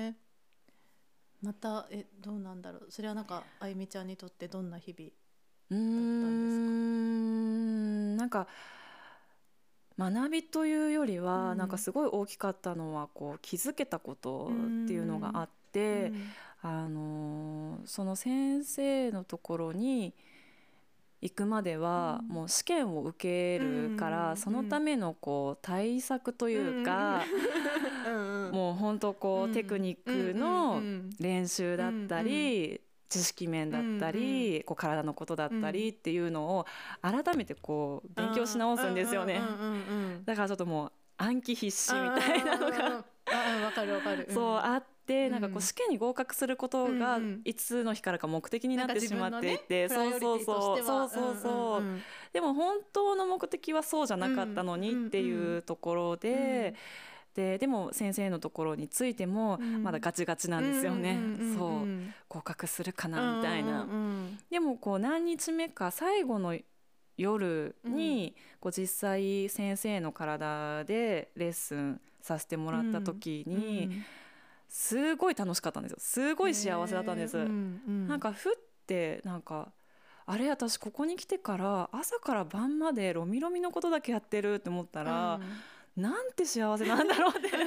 またえどうなんだろう、それはなんかあゆみちゃんにとってどんな日々だったんですか？うーん、なんか学びというよりは、うん、なんかすごい大きかったのはこう気づけたことっていうのがあって、うん、あのその先生のところに行くまではもう試験を受けるから、うん、そのためのこう対策というか、うん、もう本当こうテクニックの練習だったり、知識面だったり、うんうん、こう体のことだったりっていうのを改めてこう勉強し直すんですよね。だからちょっともう暗記必至みたいなのがわかるわかる、 そうあって、なんかこう試験に合格することがいつの日からか目的になってしまっていて、そうそうそうそうそうそう、 でも本当の目的はそうじゃなかったのにっていうところで、で, でも先生のところについてもまだガチガチなんですよね、そう合格するかなみたいな、うんうんうん、でもこう何日目か最後の夜にこう実際先生の体でレッスンさせてもらった時にすごい楽しかったんですよ。すごい幸せだったんです、うんうん、なんかふってなんかあれ私ここに来てから朝から晩までロミロミのことだけやってるって思ったら、うんなんて幸せなんだろうって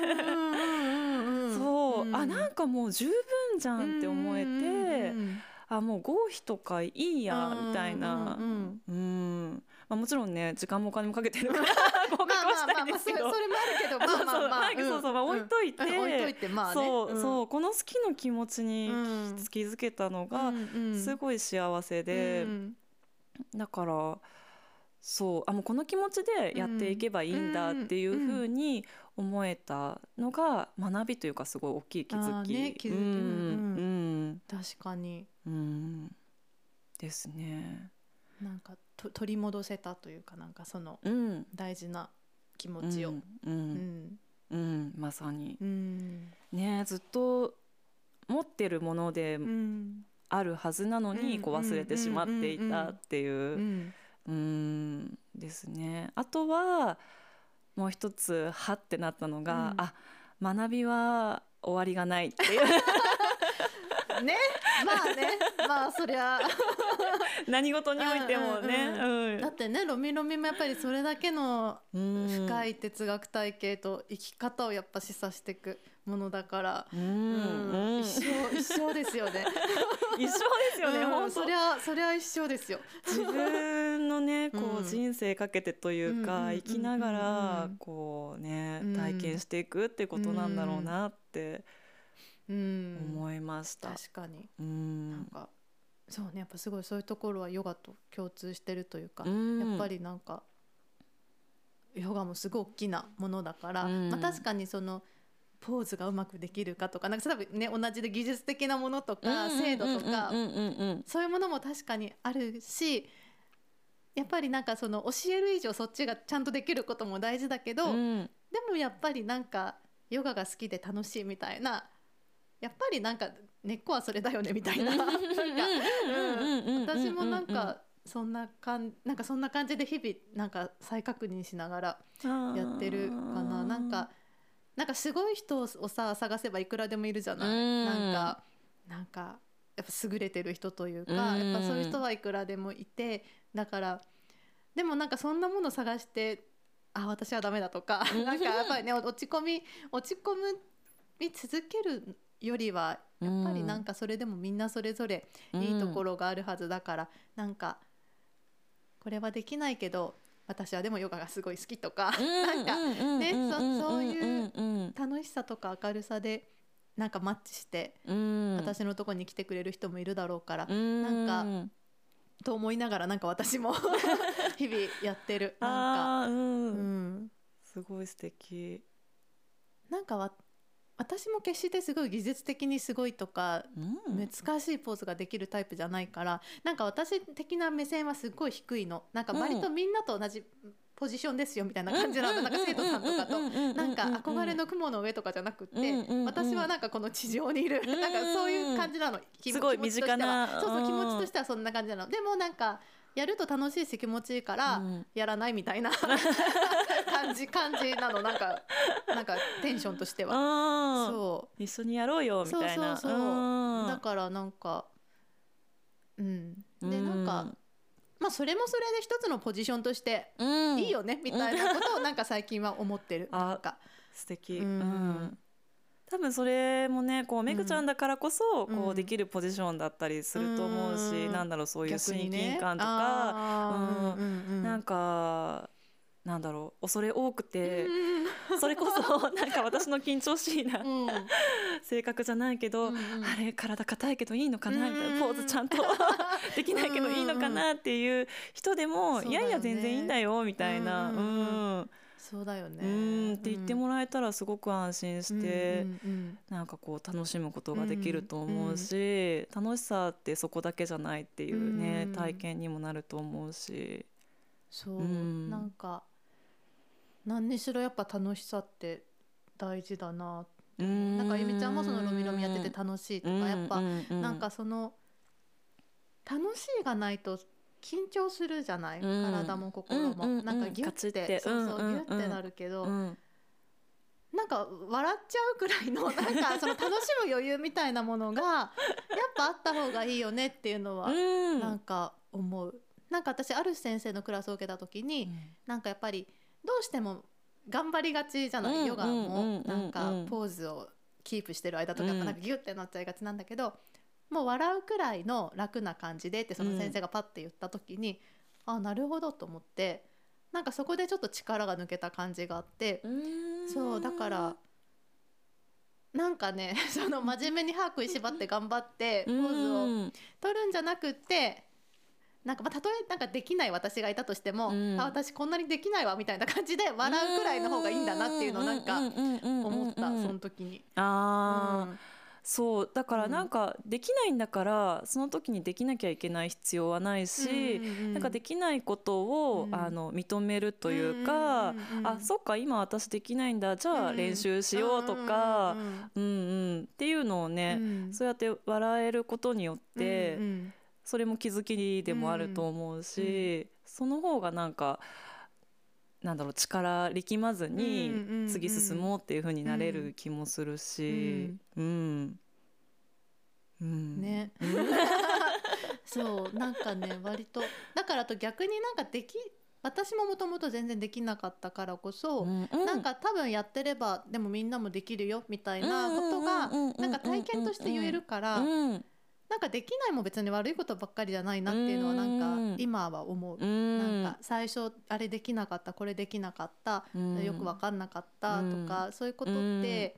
そう、うん、あなんかもう十分じゃんって思えて、うん、あもう合否とかいいやみたいな、うんうんうんまあ、もちろんね時間もお金もかけてるから合格はしたいですけど、 まあまあまあ、それもあるけどまあまあまあそうそうまあ置いといて、 うん、置いといてまあねそう、 うん、 そうこの好きの気持ちに気づけたのがすごい幸せで、うん、だからそうあもうこの気持ちでやっていけばいいんだっていうふうに思えたのが学びというかすごい大きい気づき、 ね、気づき、うんうんうん、確かに、 うん、ですね。 なんかと取り戻せたというかなんかその大事な気持ちを、 うんうんうんうん、まさに、 うん、 ねずっと持ってるものであるはずなのにこう忘れてしまっていたっていう、うんうんですね。あとはもう一つはってなったのが、うん、あ学びは終わりがないっていうねまあねまあそりゃ何事においてもね、うんうんうん、 だってねロミロミもやっぱりそれだけの深い哲学体系と生き方をやっぱ示唆していくものだから、うんうん、一生一生ですよね一生ですよね、うん、 本当そりゃそりゃ一生ですよ自分のねこう人生かけてというか、うん、生きながらこうね、うん、体験していくってことなんだろうなって思いました、 うん、確かに、 うん、 なんかそうねやっぱすごいそういうところはヨガと共通してるというか、うん、やっぱりなんかヨガもすごい大きなものだから、うんまあ、確かにそのポーズがうまくできるかとかなんか多分ね同じで技術的なものとか精度とかそういうものも確かにあるしやっぱりなんかその教える以上そっちがちゃんとできることも大事だけど、うん、でもやっぱりなんかヨガが好きで楽しいみたいなやっぱりなんか根っこはそれだよねみたいな私もなんかそんなかんなんかそんな感じで日々なんか再確認しながらやってるかな。なんかなんかすごい人をさ探せばいくらでもいるじゃない、うん、なんかなんかやっぱ優れてる人というか、うん、やっぱそういう人はいくらでもいてだからでもなんかそんなもの探してあ私はダメだとかなんかやっぱりね落ち込み落ち込み続けるよりはやっぱりなんかそれでもみんなそれぞれいいところがあるはずだから、うん、なんかこれはできないけど私はでもヨガがすごい好きとか、うん、なんかねそういう楽しさとか明るさでなんかマッチして、うん、私のとこに来てくれる人もいるだろうから、うん、なんかと思いながらなんか私も日々やってるなんか、うんうん、 すごい素敵なんかわ私も決してすごい技術的にすごいとか、うん、難しいポーズができるタイプじゃないからなんか私的な目線はすごい低いのなんか割とみんなと同じポジションですよみたいな感じなの、うん、なんか生徒さんとかとなんか憧れの雲の上とかじゃなくって、うん、私はなんかこの地上にいる、うん、なんかそういう感じなのすごい身近なそうそう気持ちとしてはそんな感じなのでもなんかやると楽しいし気持ちいいからやらないみたいな、うん、感じ感じなのなんかなんかテンションとしてはそう一緒にやろうよみたいなそうそうそうだからなんかうんでなんかまあそれもそれで一つのポジションとしていいよね、うん、みたいなことをなんか最近は思ってるなんか素敵、うんうん多分それもねこうめぐちゃんだからこそ、うん、こうできるポジションだったりすると思うし、うん、なんだろうそういう親近感とか、ねうんうんうん、なんかなんだろう恐れ多くて、うん、それこそなんか私の緊張しいな、うん、性格じゃないけど、うんうん、あれ体硬いけどいいのかなみたいなポーズちゃんとできないけどいいのかなっていう人でも、うん、いやいや全然いいんだよみたいな、うんうんうんそうだよねうんって言ってもらえたらすごく安心して、うんうんうん、なんかこう楽しむことができると思うし、うんうん、楽しさってそこだけじゃないっていうね、うんうん、体験にもなると思うしそう、 うん、 なんか何にしろやっぱ楽しさって大事だなって思う。 うんなんかあゆみちゃんもそのロミロミやってて楽しいとか、やっぱなんかその楽しいがないと緊張するじゃない、うん、体も心も、うんうんうん、なんかギュッて、そうそう、うんうんうん、ギュッてなるけど、うん、なんか笑っちゃうくらいのなんかその楽しむ余裕みたいなものがやっぱあった方がいいよねっていうのはなんか思う。なんか私ある先生のクラスを受けた時に、うん、なんかやっぱりどうしても頑張りがちじゃない、うん、ヨガもなんかポーズをキープしてる間とかやっぱなんかギュッてなっちゃいがちなんだけど、もう笑うくらいの楽な感じでってその先生がパッて言った時に、うん、あ、なるほどと思って、なんかそこでちょっと力が抜けた感じがあって、うーん、そうだからなんかねその真面目に歯食いしばって頑張ってポーズを取るんじゃなくって、なんかまあたとえなんかできない私がいたとしても、うん、あ、私こんなにできないわみたいな感じで笑うくらいの方がいいんだなっていうのをなんか思った、その時に。 あー、うん、そうだからなんかできないんだからその時にできなきゃいけない必要はないし、うんうんうん、なんかできないことを、うん、あの認めるというか、うんうんうん、あ、そっか今私できないんだ、じゃあ練習しようとか、うんうんうんうん、っていうのをね、うん、そうやって笑えることによって、うんうん、それも気づきでもあると思うし、うんうん、その方がなんかなんだろう、力力まずに次進もうっていう風になれる気もするし、うんうんうん、 ねそうなんかね割とだからと逆になんかでき私ももともと全然できなかったからこそ、うんうん、なんか多分やってればでもみんなもできるよみたいなことがなんか体験として言えるから、うん、なんかできないも別に悪いことばっかりじゃないなっていうのはなんか今は思う、うん、なんか最初あれできなかったこれできなかった、うん、よく分かんなかったとか、うん、そういうことって、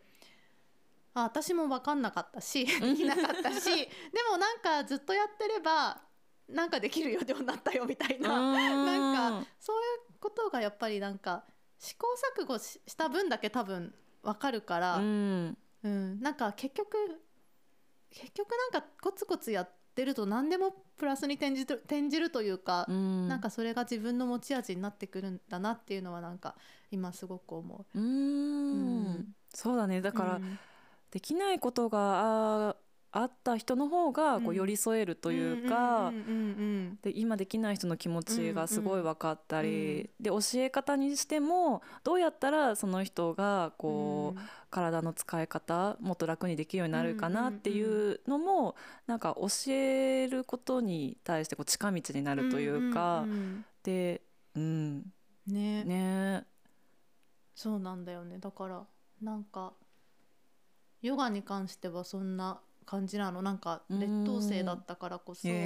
うん、あ私も分かんなかったしできなかったしでもなんかずっとやってればなんかできるようになったよみたいな、うん、なんかそういうことがやっぱりなんか試行錯誤した分だけ多分分かるから、うんうん、なんか結局結局なんかコツコツやってると何でもプラスに転じる、転じるというか、うん、なんかそれが自分の持ち味になってくるんだなっていうのはなんか今すごく思う。うーん、 うん、そうだね。だから、うん、できないことが あ, あった人の方がこう寄り添えるというか、で今できない人の気持ちがすごい分かったり、うんうん、で教え方にしてもどうやったらその人がこう、うん、体の使い方もっと楽にできるようになるかなっていうのも、うんうんうん、なんか教えることに対してこう近道になるというか、うんうんうん、で、うんね、 ね、 そうなんだよね。だからなんかヨガに関してはそんな感じなの。なんか劣等生だったからこそ、うん、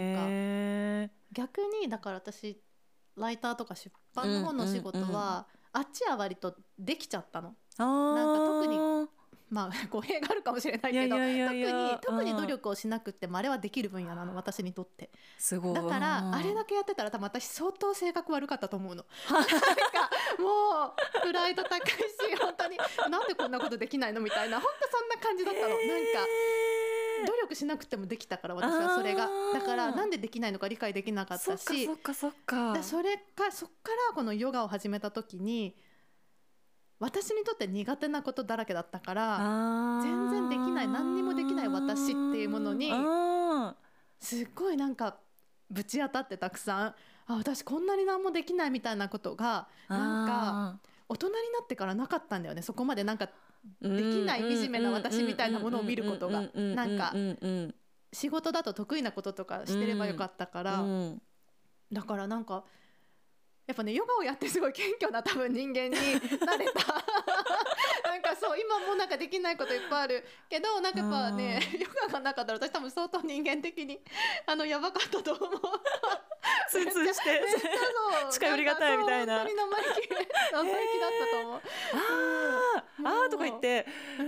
なんか逆にだから私ライターとか出版の方の仕事は、うんうんうん、あっちは割とできちゃったの。なんか特にまあ語弊があるかもしれないけど、いやいやいやいや、特に特に努力をしなくてもあれはできる分野なの、私にとって。 すごい。 だからあれだけやってたら多分私相当性格悪かったと思うのなんかもうプライド高いし本当になんでこんなことできないのみたいな、本当そんな感じだったの。なんか努力しなくてもできたから私はそれが。だからなんでできないのか理解できなかったし、 そっかそっかそっか。 それかそっからこのヨガを始めた時に私にとって苦手なことだらけだったから、全然できない、何にもできない私っていうものにすっごいなんかぶち当たって、たくさんあ私こんなに何もできないみたいなことがなんか大人になってからなかったんだよね。そこまでなんかできない惨めな私みたいなものを見ることが、なんか仕事だと得意なこととかしてればよかったから、だからなんかやっぱねヨガをやってすごい謙虚な多分人間になれたなんかそう今もなんかできないこといっぱいあるけど、なんかやっぱねヨガがなかったら私多分相当人間的にあのやばかったと思うツンツンして近寄りがたいみたいな、 本当に生意気生意気だったと思う、 えー、あーあーとか言って、うん、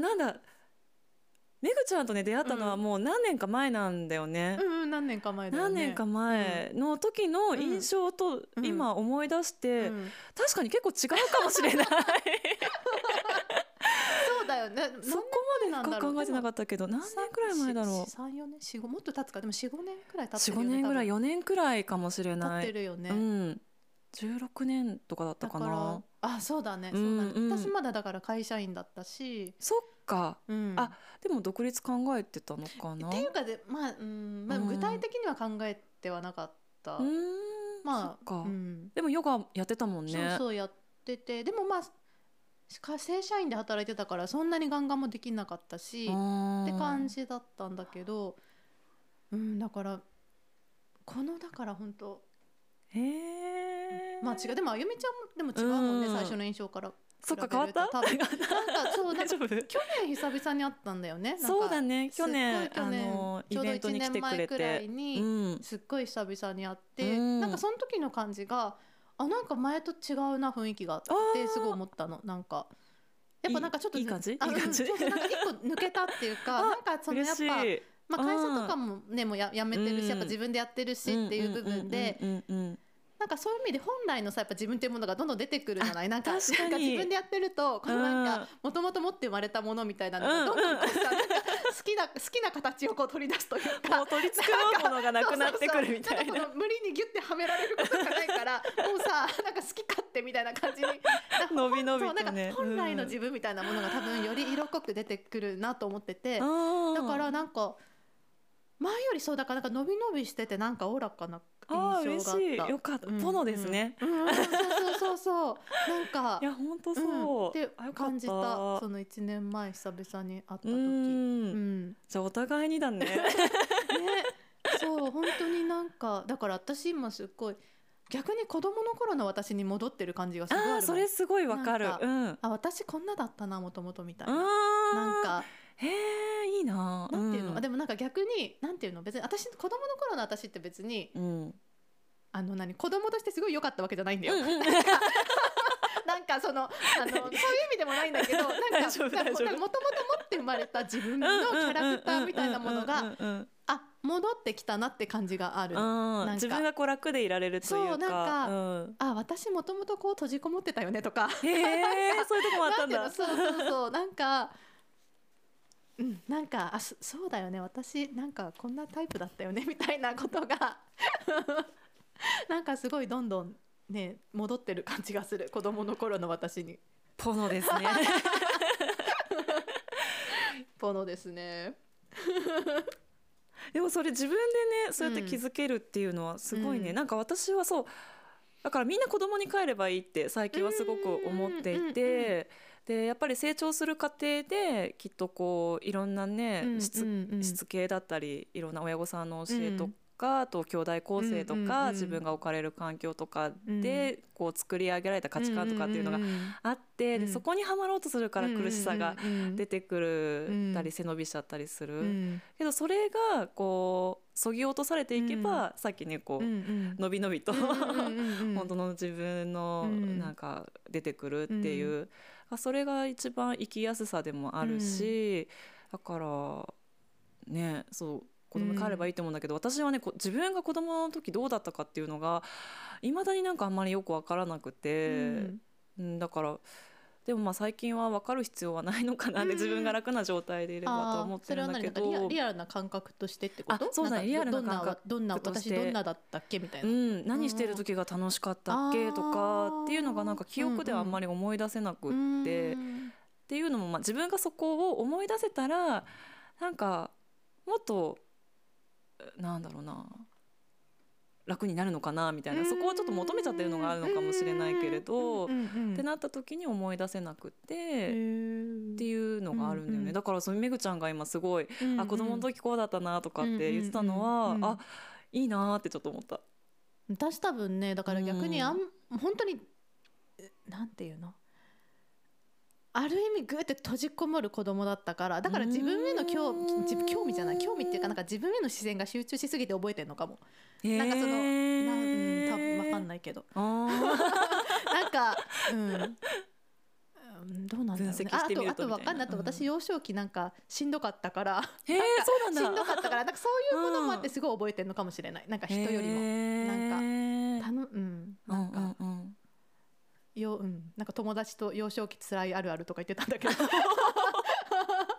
なんだめぐちゃんとね出会ったのはもう何年か前なんだよね、 うんうん、何年か前だよね。 何年か前の時の印象と今思い出して、うんうん、確かに結構違うかもしれないそうだよね。 そこで深く考えてなかったけど何年くらい前だろう。 さん、よねん、よん、もっと経つか。でもよん、ごねんくらい経ってるよね。よん、ごねんぐらい、よねんくらいかもしれない。 経ってるよね。 うん、じゅうろくねんとかだったかな。 だからあ、そうだね、そうだね、うんうん、私まだだから会社員だったし。 そっか、うん、あ、でも独立考えてたのかな。 っていうかで、まあ、うん、まあ、具体的には考えてはなかった。うん、まあ、 うん、でもヨガやってたもんね。 そうそうやってて、でもまあ正社員で働いてたからそんなにガンガンもできなかったしって感じだったんだけど、うん、だからこのだから本当へえ、まあ違う、でもあゆみちゃんもでも違うもんね、うん、最初の印象からそっか変わった？ 多分なんかそうなんか去年久々に会ったんだよね。なんかそうだね、去年去年あのイベントに来てくれて、 ちょうどいちねんまえくらいにすっごい久々に会って、うん、なんかその時の感じがあ、なんか前と違うな雰囲気がってすごい思ったの。なんかやっぱなんかちょっといい感じいい感じ、 うん、なんか一個抜けたっていうかなんかそのやっぱ、まあ、会社とかもねもう や, やめてるし、うん、やっぱ自分でやってるしっていう部分でなんかそういう意味で本来のさやっぱ自分っていうものがどんどん出てくるじゃない。なんか、なんか自分でやってるとこのなんかもともと持って生まれたものみたいなのがどんどんこうさ、なんか好きな好きな形をこう取り出すというか、 もう取り繕うものがなくなってくるみたいな。 そうそうそう、なんかこの無理にギュッてはめられることがないからもうさなんか好き勝手みたいな感じにのびのびとね、 なんか本来の自分みたいなものが多分より色濃く出てくるなと思ってて、だからなんか前よりそうだからなんか伸び伸びしててなんかおおらかな印象があった。あ、嬉しい、 よかった、うん、ポノですね、 うんうん、そうそうそうそうなんかいや本当そう、うん、 って感じた。そのいちねんまえ久々に会った時、うんうん、じゃあお互いにだねね、 そう本当になんかだから私今すっごい逆に子供の頃の私に戻ってる感じがすごいある。 あ、それすごいわかる。 か、 うん、 あ、私こんなだったなもともとみたいな、なんかへえ、いいな。 なんていうの、うん、でもなんか逆になんていうの、別に私子供の頃の私って別に、うん、あの何子供としてすごい良かったわけじゃないんだよ、うんうん、なんかそのあのそういう意味でもないんだけど、なんかもともと持って生まれた自分のキャラクターみたいなものがあ戻ってきたなって感じがある。なんか自分がこう楽でいられるというか、 そうなんか、うん、あ、私もともとこう閉じこもってたよねとか、 へえ、そういうとこもあったんだ。 そうそうそうなんかうん、なんかあ そ, そうだよね私なんかこんなタイプだったよねみたいなことがなんかすごいどんどんね戻ってる感じがする、子供の頃の私に。 ポノですねポノですねでもそれ自分でねそうやって気づけるっていうのはすごいね、うん、なんか私はそうだからみんな子供に帰ればいいって最近はすごく思っていて、でやっぱり成長する過程できっとこういろんなね、うん、しつ、うんうん、しつけだったりいろんな親御さんの教えとか、うん、あと兄弟構成とか、うんうんうん、自分が置かれる環境とかでこう作り上げられた価値観とかっていうのがあって、うんうんうん、でそこにはまろうとするから苦しさが出てくるたり背伸びしちゃったりする、うん、けどそれがこうそぎ落とされていけば、うん、さっきねこう、うんうん、のびのびと、うんうん、本当の自分のなんか出てくるっていう、うん、それが一番生きやすさでもあるし、うん、だからねそう子供に帰ればいいと思うんだけど、うん、私はねこ自分が子供の時どうだったかっていうのがいまだになんかあんまりよく分からなくて、うん、だからでもまあ最近は分かる必要はないのかなって、うん、自分が楽な状態でいればと思ってるんだけど、 それは何かリアルな感覚としてってこと？ あ、そうだね、リアルな感覚どんな私どんなだったっけみたいな、 うん、何してる時が楽しかったっけとかっていうのがなんか記憶ではあんまり思い出せなくって、うんうん、っていうのもまあ自分がそこを思い出せたらなんかもっとなんだろうな楽になるのかなみたいな、そこをちょっと求めちゃってるのがあるのかもしれないけれど、ってなった時に思い出せなくてっていうのがあるんだよね。だからそのめぐちゃんが今すごい、あ、子供の時こうだったなとかって言ってたのは、あ、いいなってちょっと思った。 私多分ねだから逆にあん、うん、本当になんていうのある意味グーって閉じこもる子供だったから、だから自分への興味興味じゃない興味っていうかなんか自分への視線が集中しすぎて覚えてるのかも、なんかそのな、うん、多分分かんないけどなんか、うん、どうなんだろうね。あとあと分かんない、あと私幼少期なんかしんどかったからへえそうなんだ、 しんどかったからなんかそういうものもあってすごい覚えてるのかもしれない、なんか人よりもなんかたの、うん、なんか、うんうんうんよ、うん、なんか友達と幼少期つらいあるあるとか言ってたんだけど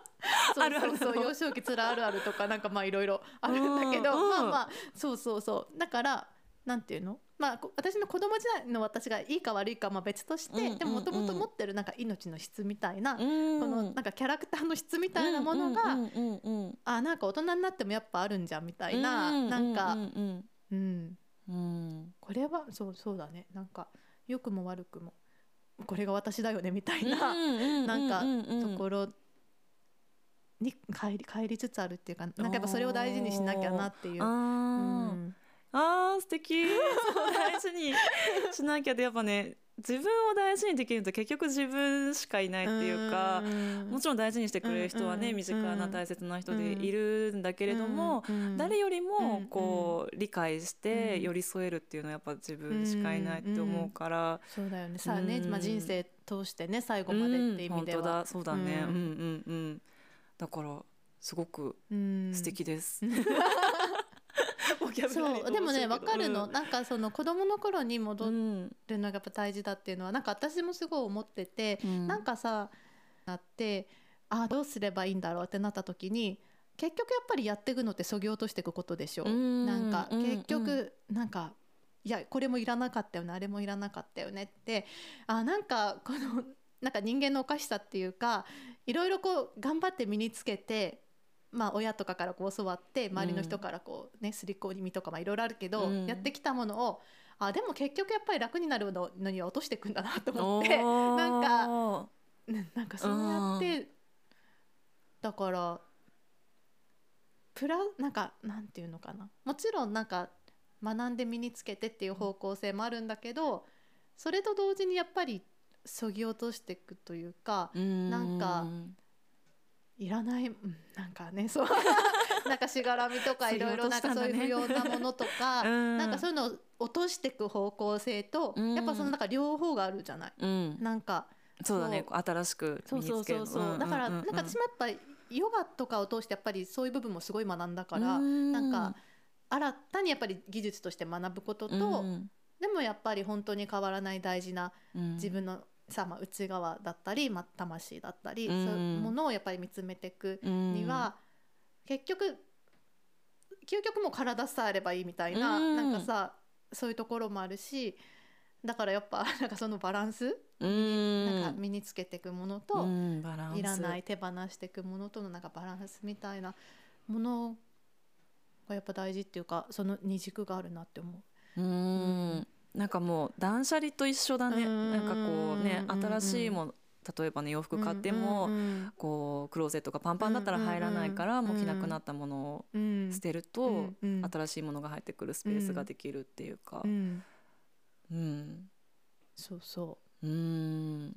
そうあるあるそうそう幼少期つらあるあるとかなんかまあいろいろあるんだけど、 うんまあまあそうそうそうだからなんていうの、まあこ私の子供時代の私がいいか悪いかはまあ別として、 うんうんうんでももともと持ってるなんか命の質みたいな、 うんこのなんかキャラクターの質みたいなものが、 うんうんうんうんあなんか大人になってもやっぱあるんじゃんみたいな、 うんなんか、 うんうん、 うんうんこれはそうそうだね、なんか良くも悪くもこれが私だよねみたいな、なんかところに帰り帰りつつあるっていうか、なんかやっぱそれを大事にしなきゃなっていう。 あー、 うんあー素敵そう大事にしなきゃでやっぱね自分を大事にできると結局自分しかいないっていうか、 うんもちろん大事にしてくれる人はね、 うん身近な大切な人でいるんだけれども、 うん誰よりもうんこう理解してうん寄り添えるっていうのはやっぱ自分しかいないって思うから、 そうだよねさあね、 うんまあ、人生通してね最後までって意味では、 うん、本当だそうだね、 うんうんうんうんだからすごくうん素敵です、ボキャブラリーそうでもね分かるの、 うんなんかその子供の頃に戻るうんのがやっぱ大事だっていうのはなんか私もすごい思ってて、 うんなんかさなってあどうすればいいんだろうってなった時に結局やっぱりやっていくのってそぎ落としていくことでしょ、 うんなんかうん結局なんかいやこれもいらなかったよねあれもいらなかったよねってあなんかこのなんか人間のおかしさっていうかいろいろこう頑張って身につけてまあ親とかからこう教わって周りの人からこうねすりこみとかまあいろいろあるけど、 うんやってきたものをあでも結局やっぱり楽になるのには落としていくんだなと思っておーなんかねなんかそうやってだからプラなんかなんていうのかなもちろんなんか学んで身につけてっていう方向性もあるんだけどそれと同時にやっぱりそぎ落としていくというかなんかいらない、うんなんかねそうなんかしがらみとかいろいろなんかそういう不要なものとか、 うんなんかそういうのを落としていく方向性と、 うんやっぱそのなんか両方があるじゃない、 うんなんかそうだね新しくそうそう身につけるそうそう、だからなんか私もやっぱりヨガとかを通してやっぱりそういう部分もすごい学んだから、なんか新たにやっぱり技術として学ぶことと、 うんでもやっぱり本当に変わらない大事なうん自分のさ、まあ、内側だったり、まあ、魂だったり、 うんそういうものをやっぱり見つめていくには、結局究極もう体さえあればいいみたいな、 うんなんかさそういうところもあるし、だからやっぱなんかそのバランス、 うんなんか身につけていくものと、 うんバランスいらない手放していくものとのなんかバランスみたいなものがやっぱ大事っていうか、その二軸があるなって思う。 うんなんかもう断捨離と一緒だね。 うんなんかこうねうん新しいもの例えばね洋服買っても、 うんうんこうクローゼットがパンパンだったら入らないから、 うんもう着なくなったものをうん捨てると、 うんうん新しいものが入ってくるスペースができるっていうか、 うんうんそうそうん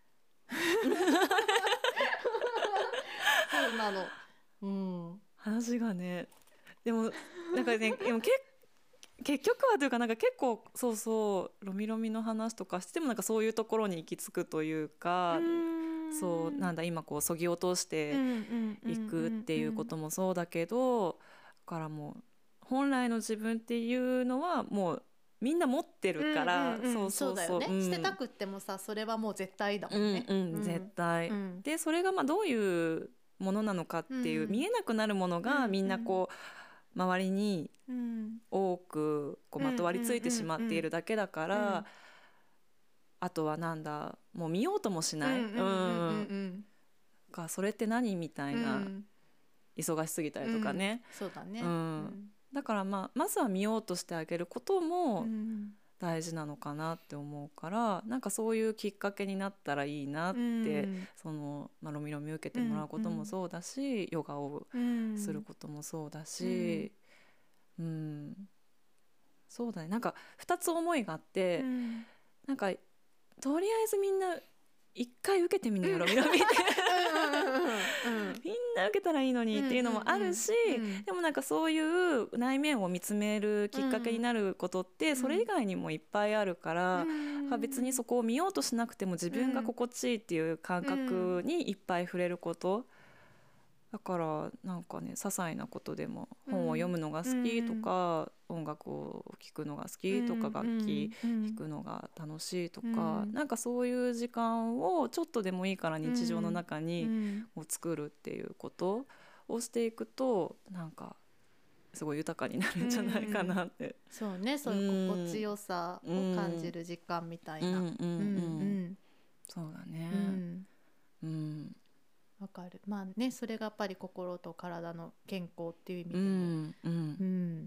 そうなの、うん、 話がねでもなんかねでもけ結局はというかなんか結構そうそうロミロミの話とかしてもなんかそういうところに行き着くというか、そうなんだ今こうそぎ落としていくっていうこともそうだけど、だからもう本来の自分っていうのはもうみんな持ってるから、 うんうんうん、 そうそうそうだよね、 うん捨てたくってもさそれはもう絶対だもんね、 うんうん、絶対、 うんでそれがまあどういうものなのかっていう、 うん見えなくなるものがみんなこう、周りにうん多くこうまとわりついてしまっているだけだから、 うんうんうんうんあとはなんだもう見ようともしない、 うんうんうんうんかそれって何みたいな、 うん忙しすぎたりとかね、 うんそうだね、 うんだから、まあ、まずは見ようとしてあげることもうん大事なのかなって思うから、なんかそういうきっかけになったらいいなって、 うんその、まあ、ロミロミ受けてもらうこともそうだし、ヨガをうんすることもそうだし、うんそうだね、なんかふたつ思いがあって、 うんなんかとりあえずみんな一回受けてみなよ、ロミロミってみんな受けたらいいのにっていうのもあるし、 うんうんうんでもなんかそういう内面を見つめるきっかけになることってそれ以外にもいっぱいあるから、 うん別にそこを見ようとしなくても自分が心地いいっていう感覚にいっぱい触れることだからなんかね些細なことでも本を読むのが好きとか、うん、音楽を聴くのが好きとか、うん、楽器弾くのが楽しいとか、うん、なんかそういう時間をちょっとでもいいから日常の中にこう作るっていうことをしていくとなんかすごい豊かになるんじゃないかなって、うん、 そうね、そういう心地よさを感じる時間みたいな、うんうんうん、 そうだね、 うんうん、 わかる。まあね、それがやっぱり心と体の健康っていう意味でも、 うんうんうん、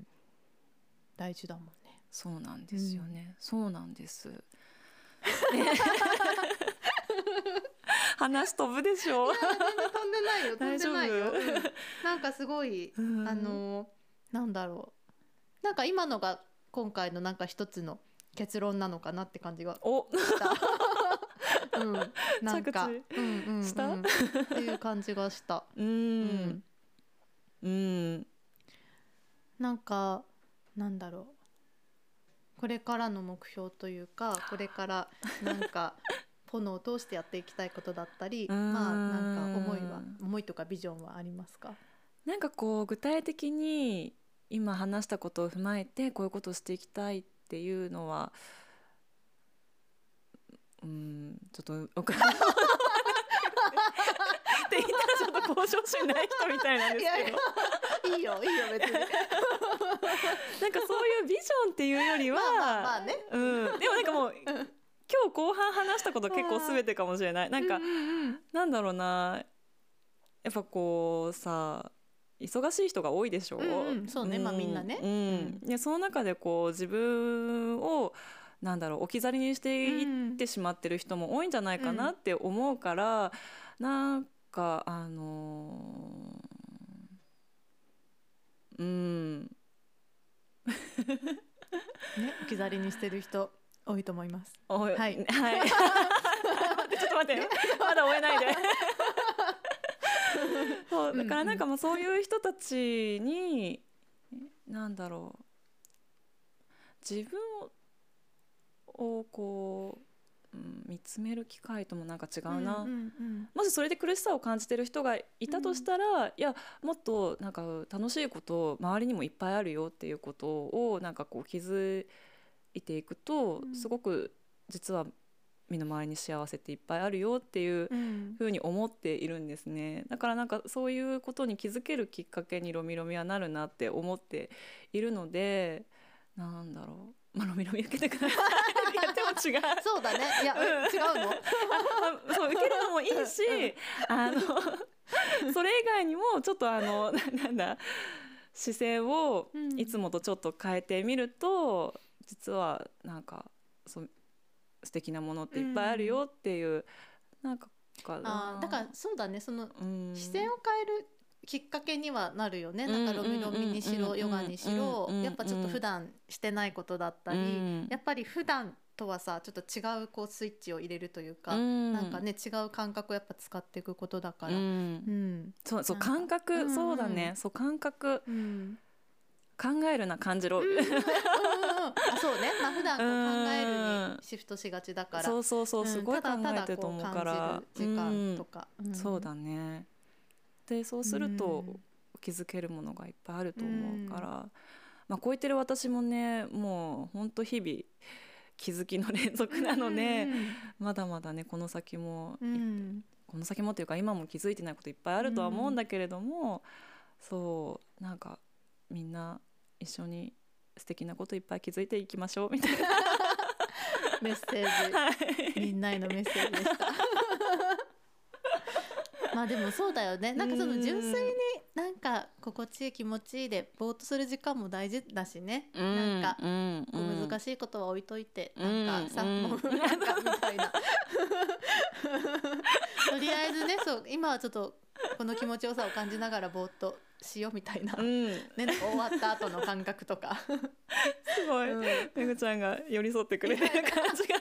大事だもんね。 そうなんですよね、うん、そうなんです話飛ぶでしょ。 いや全然飛んでないよ飛んでないよ、うん、なんかすごい、うん、あのなんだろう、なんか今のが今回のなんか一つの結論なのかなって感じがしたうん、なんか着地、うんうんうん、したっていう感じがしたうん、うん、 なんかなんだろう、これからの目標というか、これからなんかポノを通してやっていきたいことだったり、まあなんか思いは思いとかビジョンはありますか？ なんかこう具体的に今話したことを踏まえてこういうことをしていきたいっていうのは、うーんちょっとおかって言ったらちょっと交渉しない人みたいなんですけど、 いやいやいいよいいよ別になんかそういうビジョンっていうよりは、 まあまあまあね、 うん、でもなんかもう、うん、今日後半話したこと結構全てかもしれない。なんか、うんうんうん、なんだろうな、やっぱこうさ忙しい人が多いでしょ、 うんうん、そうね、うん、まあみんなね、 うんうん、でその中でこう自分をなんだろう置き去りにしていってしまってる人も多いんじゃないかなって思うから、うん、なんかあのー、うんね、置き去りにしてる人多いと思います。 おい、 はい、 はい、ちょっと待って、まだ終えないでそうだからなんかもうそういう人たちに、うんうん、なんだろう、自分をこう、うん、見つめる機会ともなんか違うな、うんうんうん、もしそれで苦しさを感じてる人がいたとしたら、うん、いやもっとなんか楽しいこと周りにもいっぱいあるよっていうことをなんかこう気づいていくと、うん、すごく実は身の回りに幸せっていっぱいあるよっていうふうに思っているんですね。だからなんかそういうことに気づけるきっかけにロミロミはなるなって思っているので、なんだろう、まあ、ロミロミ受けてくださいいやでも違うそうだね、いや、うん、違うのあそう受けるのもいいしあのそれ以外にもちょっとあのなんだ姿勢をいつもとちょっと変えてみると、うん、実はなんかそう素敵なものっていっぱいあるよっていう、うん、なんかあだからそうだね、その、うん、視線を変えるきっかけにはなるよね。なんかロミロミにしろヨガにしろ、やっぱちょっと普段してないことだったり、うん、やっぱり普段とはさちょっと違うこうスイッチを入れるというか、うん、なんかね違う感覚をやっぱ使っていくことだから、うんうん、 そうそう感覚、うんうん、そうだね、そう感覚、うん、考えるな感じろ、うんうんうん、あそうね、まあ、普段こう考えるにシフトしがちだから、 そうそうそう、すごい考えてると思うから、 ただただこう感じる時間とか、 うんうん、そうだね。でそうすると気づけるものがいっぱいあると思うから、うんまあ、こう言ってる私もねもうほんと日々気づきの連続なので、うんうん、まだまだねこの先も、うん、この先もっていうか今も気づいてないこといっぱいあるとは思うんだけれども、うん、そうなんかみんな一緒に素敵なこといっぱい気づいていきましょうみたいなメッセージ、はい、みんなへのメッセージでしたまあでもそうだよね、なんかその純粋になんか心地いい気持ちいいでぼーっとする時間も大事だしね、うん、なんか、うん、こう難しいことは置いといて、うん、なんかさ、うん、もうなんかみたいなとりあえずね、そう今はちょっとこの気持ちよさを感じながらぼーっとしようみたいな、うんね、なんか終わった後の感覚とかすごい、うん、めぐちゃんが寄り添ってくれてる感じが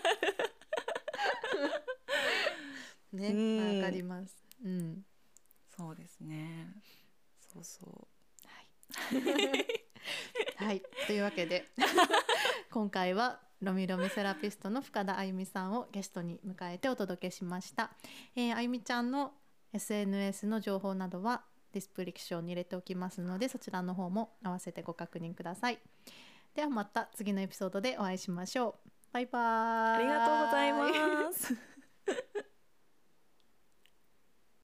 あるね、わ、うん、かります、うん、 そうですね、そうそうはい、はい、というわけで今回はロミロミセラピストの深田あゆみさんをゲストに迎えてお届けしました。えー、あゆみちゃんの エスエヌエス の情報などはディスプリクションに入れておきますので、そちらの方も合わせてご確認ください。ではまた次のエピソードでお会いしましょう。バイバーイ。 ありがとうございます